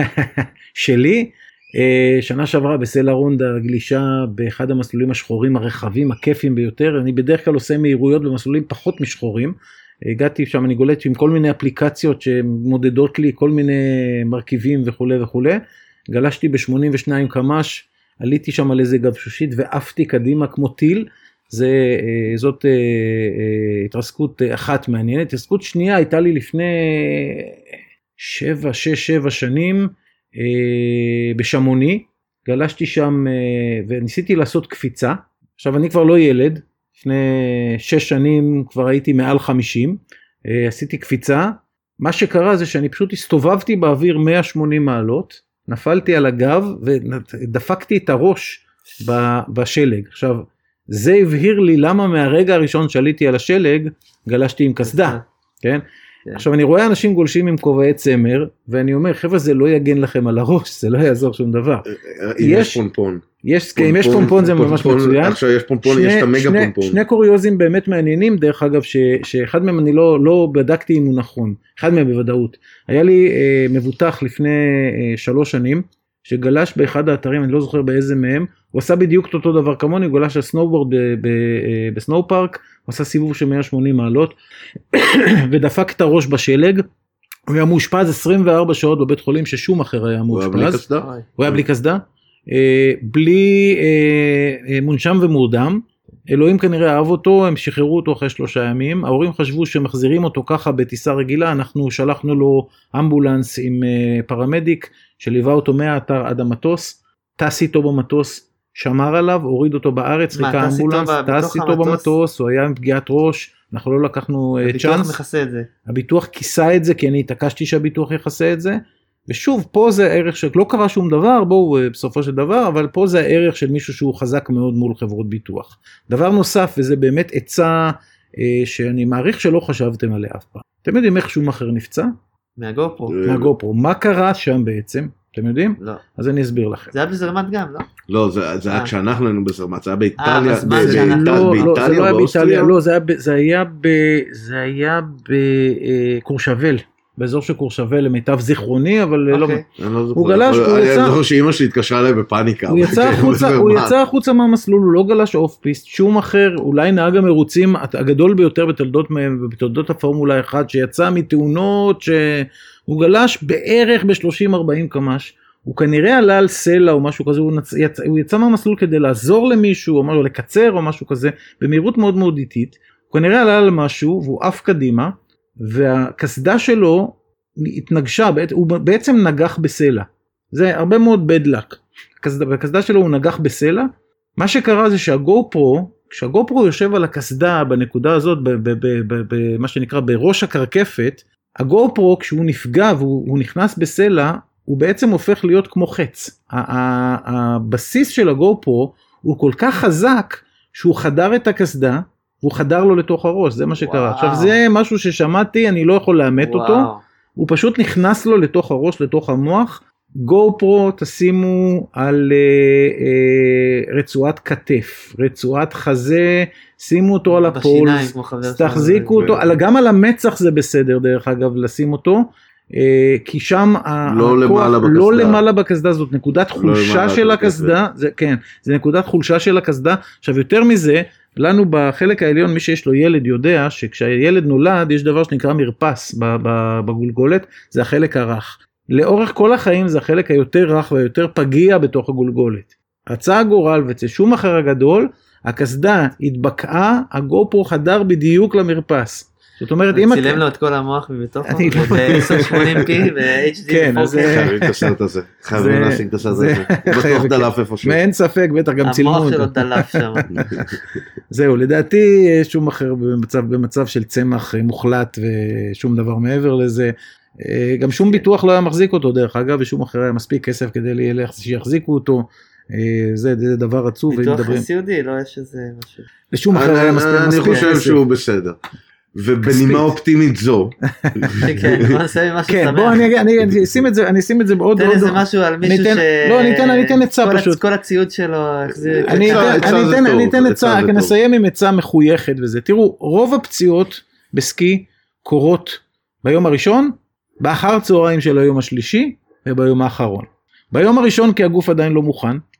שלי? שנה שעברה בסלה רונדה גלישה באחד המסלולים השחורים הרחבים הכיפים ביותר, אני בדרך כלל עושה מהירויות במסלולים פחות משחורים, הגעתי שם, אני גולט עם כל מיני אפליקציות שמודדות לי כל מיני מרכיבים וכו' וכו', גלשתי ב-שמונים ושתיים קמ"ש, עליתי שם על איזה גבשושית ועפתי קדימה כמו טיל, זה, זאת התרסקות אחת מעניינת. התרסקות שנייה הייתה לי לפני שבע, שש, שבע שנים בשמוני, גלשתי שם וניסיתי לעשות קפיצה. עכשיו אני כבר לא ילד, לפני שש שנים כבר הייתי מעל חמישים, עשיתי קפיצה. מה שקרה זה שאני פשוט הסתובבתי באוויר מאה ושמונים מעלות, נפלתי על הגב ודפקתי את הראש בשלג. עכשיו, זה הבהיר לי למה מהרגע הראשון שעליתי על השלג, גלשתי עם קסדה, כן? עכשיו אני רואה אנשים גולשים עם כובעי צמר, ואני אומר, חבר'ה, זה לא יגן לכם על הראש, זה לא יעזור שום דבר. אם יש פונפון. אם יש פונפון זה ממש מצוין. עכשיו יש פונפון, יש את המגה פונפון. שני קוריוזים באמת מעניינים, דרך אגב, שאחד מהם אני לא בדקתי אם הוא נכון, אחד מהם בוודאות. היה לי מבוטח לפני שלוש שנים, שגלש באחד האתרים, אני לא זוכר באיזה מהם, הוא עשה בדיוק אותו דבר כמוני, הוא גלש על סנובורד בסנואו פארק, הוא עשה סיבוב של מאה ושמונים מעלות, ודפק את הראש בשלג, הוא היה מאושפז עשרים וארבע שעות בבית חולים, ששום אחר היה מאושפז. הוא היה בלי קסדה? הוא היה בלי קסדה, בלי מונשם ומורדם, אלוהים כנראה אהב אותו, הם שחררו אותו אחרי שלושה ימים, ההורים חשבו שמחזירים אותו ככה בטיסה רגילה, אנחנו שלחנו לו אמבולנס עם פרמדיק, שליווה אותו מהאתר עד המטוס, טס איתו במטוס, שמר עליו, הוריד אותו בארץ, חיכה אמבולנס, טס איתו במטוס, הוא היה עם פגיעת ראש, אנחנו לא לקחנו צ'אנס. הביטוח מכסה את זה. הביטוח כיסה את זה, כי אני התעקשתי שהביטוח יכסה את זה, ושוב, פה זה הערך שלא קרה שום דבר, בואו בסופו של דבר, אבל פה זה הערך של מישהו שהוא חזק מאוד מול חברות ביטוח. דבר נוסף, וזה באמת עצה אה, שאני מעריך שלא חשבתם עליה אף פעם. אתם יודעים איך שום אחר נפצע? מהגופרו. מהגופרו. מה קרה שם בעצם? אתם יודעים? לא. אז אני אסביר לכם. זה היה בזרמת גם, לא? לא, זה היה כשאנחנו היינו בזרמת, זה היה באיטליה, באיטליה או באוסטריה? לא, זה היה בקורשבל. באזור של קורשבל למיטב זיכרוני, אבל לא, הוא גלש, הוא יצא, אני זוכר שאמא שלי התקשרה אליי בפאניקה, הוא יצא החוצה מהמסלול, הוא לא גלש אוף פיסט, שום אחר, אולי נהג המרוצים הגדול ביותר בתולדות הפורמולה אחת, שיצא מתאונות, שהוא גלש בערך ב-שלושים ארבעים קמ"ש, הוא כנראה עלה על סלע או משהו כזה, הוא יצא מהמסלול כדי לעזור למישהו, או לקצר או משהו כזה, במהירות מאוד מאוד איטית, הוא כנראה עלה על משהו, והוא אף קדימה, והקסדה שלו התנגשה, הוא בעצם נגח בסלע, זה הרבה מאוד בד לק, בקסדה שלו הוא נגח בסלע, מה שקרה זה שהגופרו, כשהגופרו יושב על הקסדה בנקודה הזאת, במה שנקרא בראש הקרקפת, הגופרו כשהוא נפגע והוא נכנס בסלע, הוא בעצם הופך להיות כמו חץ, הבסיס של הגופרו הוא כל כך חזק, שהוא חדר את הקסדה, והוא חדר לו לתוך הראש, זה מה שקרה. וואו. עכשיו זה משהו ששמעתי, אני לא יכול לאמת וואו. אותו, הוא פשוט נכנס לו לתוך הראש, לתוך המוח, גופרו תשימו על אה, אה, רצועת כתף, רצועת חזה, שימו אותו על הפולס, תחזיקו אותו, על, גם על המצח זה בסדר דרך אגב לשים אותו, אה, כי שם לא, הכוח, למעלה, לא למעלה בקסדה, זאת נקודת חולשה לא של הקסדה, זה, כן, זה נקודת חולשה של הקסדה, עכשיו יותר מזה, לנו בחלק העליון, מי שיש לו ילד יודע שכשהילד נולד יש דבר שנקרא מרפס בגולגולת, זה החלק הרך. לאורך כל החיים זה החלק היותר רך והיותר פגיע בתוך הגולגולת. רצה הגורל ואצל שום אחר הגדול, הקסדה התבקעה, הגופרו חדר בדיוק למרפס. זאת אומרת, אם צילם לו את כל המוח מבתוכו, ב-עשר שמונים פי ו-אייץ' די. כן, אז חייבים את הסרט הזה, חייבים להשיג את הסרט הזה, בטוח דלף איפשהו. מאין ספק, בטח גם צילמו אותו. המוח שלו דלף שם. זהו, לדעתי שום אחר במצב של צמח מוחלט ושום דבר מעבר לזה, גם שום ביטוח לא היה מחזיק אותו דרך אגב, ושום אחר היה מספיק כסף כדי שיחזיקו אותו, זה דבר עצוב. ביטוח סיעודי, לא יש איזה משהו. ושום אחר היה מספיק כסף. אני חושב שהוא בסדר. ובנימה אופטימית זו. כן, בוא נעשה משהו שמח. בוא אני אשים את זה, אני אשים את זה בעוד... תן איזה משהו על מישהו ש... לא, אני אתן עצה פשוט. כל הציוד שלו, אני אתן עצה, נסיים עם עצה מחויכת וזה. תראו, רוב הפציעות בסקי קורות ביום הראשון, באחר צהריים של היום השלישי, וביום האחרון. ביום הראשון כי הגוף עדיין לא מוכן,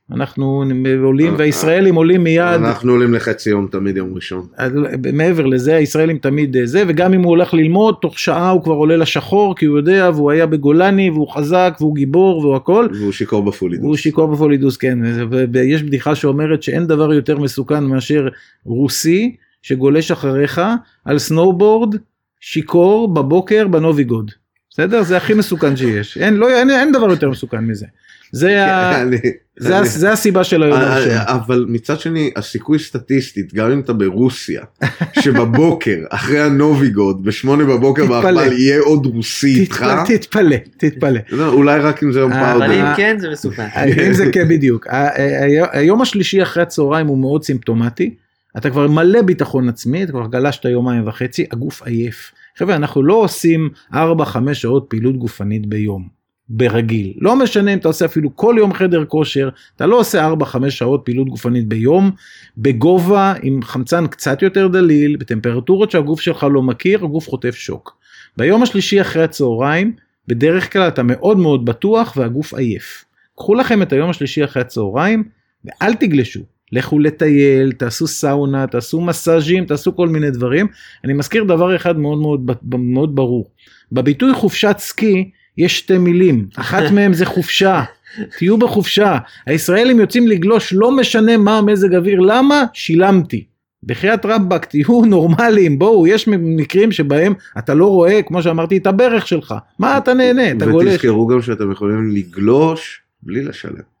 אנחנו עולים והישראלים עולים מיד. אנחנו עולים לחצי יום תמיד יום ראשון. מעבר לזה הישראלים תמיד זה, וגם אם הוא הולך ללמוד תוך שעה הוא כבר עולה לשחור כי הוא יודע והוא היה בגולני והוא חזק והוא גיבור והוא הכל. והוא שיקור בפולידוס. והוא שיקור בפולידוס, כן. ויש בדיחה שאומרת שאין דבר יותר מסוכן מאשר רוסי שגולש אחריך על סנובורד שיקור בבוקר בנוביגוד. בסדר? זה הכי מסוכן שיש. אין, לא, אין, אין דבר יותר מסוכן מזה. זה, ה... אני, זה, אני... זה הסיבה של היום הראשון. אבל מצד שני, הסיכוי סטטיסטית, גם אם אתה ברוסיה, שבבוקר, אחרי הנוביגוד, בשמונה בבוקר באחבל, יהיה עוד רוסי איתך. תתפלא, תתפלא. אולי רק אם זה יום פאודר. אבל אם כן, זה מסוכן. אם זה כן, בדיוק. היום השלישי אחרי הצהריים הוא מאוד סימפטומטי. אתה כבר מלא ביטחון עצמי, אתה כבר גלשת יומיים וחצי, הגוף עייף. חבר'ה, אנחנו לא עושים ארבע חמש שעות פעילות גופנית ביום, ברגיל. לא משנה אם אתה עושה אפילו כל יום חדר כושר, אתה לא עושה ארבע חמש שעות פעילות גופנית ביום, בגובה, עם חמצן קצת יותר דליל, בטמפרטורות שהגוף שלך לא מכיר, הגוף חוטף שוק. ביום השלישי אחרי הצהריים, בדרך כלל אתה מאוד מאוד בטוח והגוף עייף. קחו לכם את היום השלישי אחרי הצהריים, ואל תגלשו. לכו לטייל, תעשו סאונה, תעשו מסאז'ים, תעשו כל מיני דברים. אני מזכיר דבר אחד מאוד מאוד, מאוד ברור. בביטוי חופשת סקי, יש שתי מילים. אחת מהם זה חופשה. תהיו בחופשה. הישראלים יוצאים לגלוש, לא משנה מה המזג אוויר. למה? שילמתי. בחיית רבק, תהיו נורמליים. בואו, יש מקרים שבהם אתה לא רואה, כמו שאמרתי, את הברך שלך. מה אתה נהנה? אתה גולש. ותזכרו גם שאתם יכולים לגלוש בלי לשלם.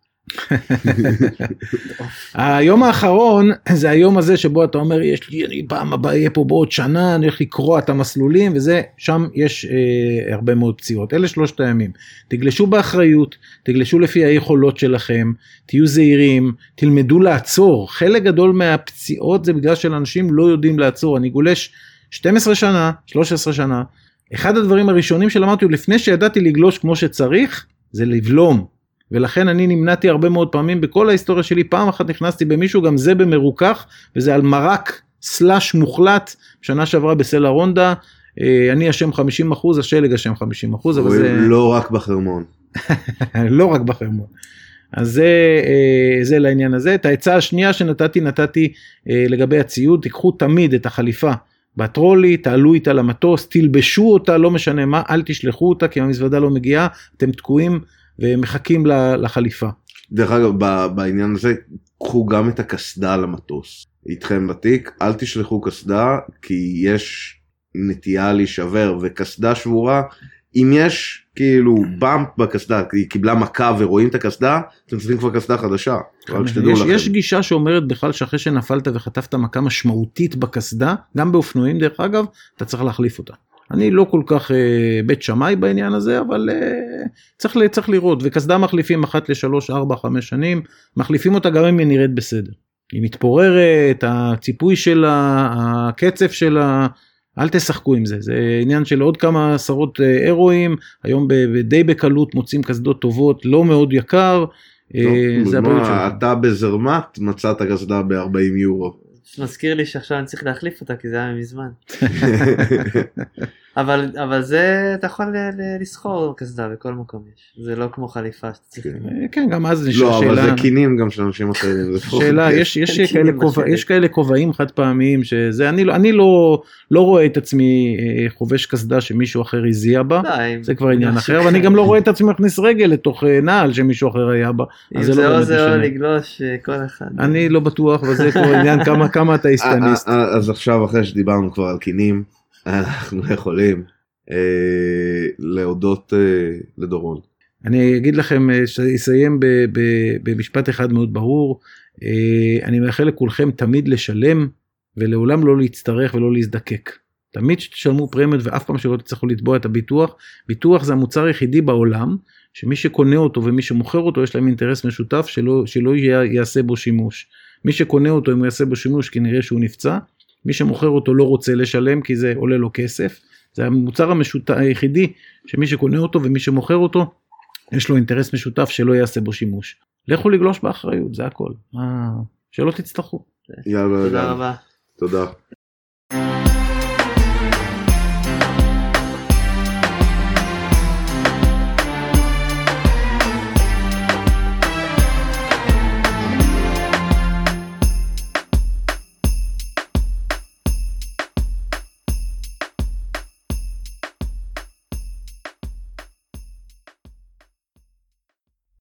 היום האחרון זה היום הזה שבו אתה אומר יש לי אני פעם הבאה יהיה פה בעוד שנה אני הולך לקרוא את המסלולים וזה שם יש אה, הרבה מאוד פציעות. אלה שלושת הימים. תגלשו באחריות, תגלשו לפי היכולות שלכם, תהיו זהירים, תלמדו לעצור. חלק גדול מהפציעות זה בגלל שאנשים לא יודעים לעצור. אני גולש שתים עשרה שנה, שלוש עשרה שנה. אחד הדברים הראשונים שלמדתי לפני שידעתי לגלוש כמו שצריך זה לבלום. ולכן אני נמנעתי הרבה מאוד פעמים בכל ההיסטוריה שלי. פעם אחת נכנסתי במישהו, גם זה במרוכך, וזה על מרק סלש מוחלט, שנה שעברה בסלע רונדה, אני אשם חמישים אחוז, השלג אשם חמישים אחוז, אבל זה... לא רק בחרמון. לא רק בחרמון. אז זה, זה לעניין הזה. את העצה השנייה שנתתי, נתתי לגבי הציוד, תיקחו תמיד את החליפה בטרולי, תעלו איתה למטוס, תלבשו אותה, לא משנה מה, אל תשלחו אותה, כי המזוודה לא מגיעה, אתם תקועים, ומחכים לחליפה. דרך אגב, בעניין הזה, קחו גם את הקסדה למטוס. איתכם בתיק, אל תשלחו קסדה, כי יש נטייה להישבר, וקסדה שבורה, אם יש כאילו במפ בקסדה, היא קיבלה מכה ורואים את הקסדה, אתם צריכים כבר קסדה חדשה. יש, יש גישה שאומרת בכלל שאחרי שנפלת וחטפת מכה משמעותית בקסדה, גם באופנועים דרך אגב, אתה צריך להחליף אותה. אני לא כל כך אה, בית שמאי בעניין הזה, אבל אה, צריך, צריך לראות, וקסדה מחליפים אחת לשלוש, ארבע, חמש שנים, מחליפים אותה גם אם היא נראית בסדר. היא מתפוררת, הציפוי שלה, הקצב שלה, אל תשחקו עם זה, זה עניין של עוד כמה עשרות אה, אירועים, היום ב- די בקלות מוצאים קסדות טובות, לא מאוד יקר, אה, לא, זה הבריאות שלך. אתה בזרמת מצאת קסדה ב-ארבעים יורו. מזכיר לי שעכשיו אני צריך להחליף אותה, כי זה היה מזמן. אבל, אבל זה, אתה יכול לסחור קסדה בכל מקום יש. זה לא כמו חליפה שצריך. כן, גם אז זה שאלה. לא, אבל זה קינים גם של אנשים אחרים. שאלה, יש כאלה כובעים חד פעמיים, שזה, אני לא רואה את עצמי חובש קסדה שמישהו אחר הזיע בה. זה כבר עניין אחר, ואני גם לא רואה את עצמי מכניס רגל לתוך נעל שמישהו אחר היה בה. אם זה או זה או לגלוש כל אחד. אני לא בטוח, וזה כבר עניין כמה כמה אתה איסטניסט. אז עכשיו אחרי שדיברנו כבר על קינים, אנחנו יכולים אה, להודות אה, לדורון. אני אגיד לכם, שאסיים במשפט אחד מאוד ברור, אה, אני מאחל לכולכם תמיד לשלם, ולעולם לא להצטרך ולא להזדקק. תמיד שתשלמו פרמיות ואף פעם שלא תצטרכו לתבוע את הביטוח. ביטוח זה המוצר היחידי בעולם, שמי שקונה אותו ומי שמוכר אותו יש להם אינטרס משותף שלא, שלא יעשה בו שימוש. מי שקונה אותו אם הוא יעשה בו שימוש כנראה שהוא נפצע, מי שמוכר אותו לא רוצה לשלם כי זה עולה לו כסף. זה המוצר המשותף היחידי שמי שקונה אותו ומי שמוכר אותו יש לו אינטרס משותף שלא יעשה בו שימוש. לכו לגלוש באחריות, זה הכל. אה, שלא תצטרכו. יאללה, תודה רבה. תודה.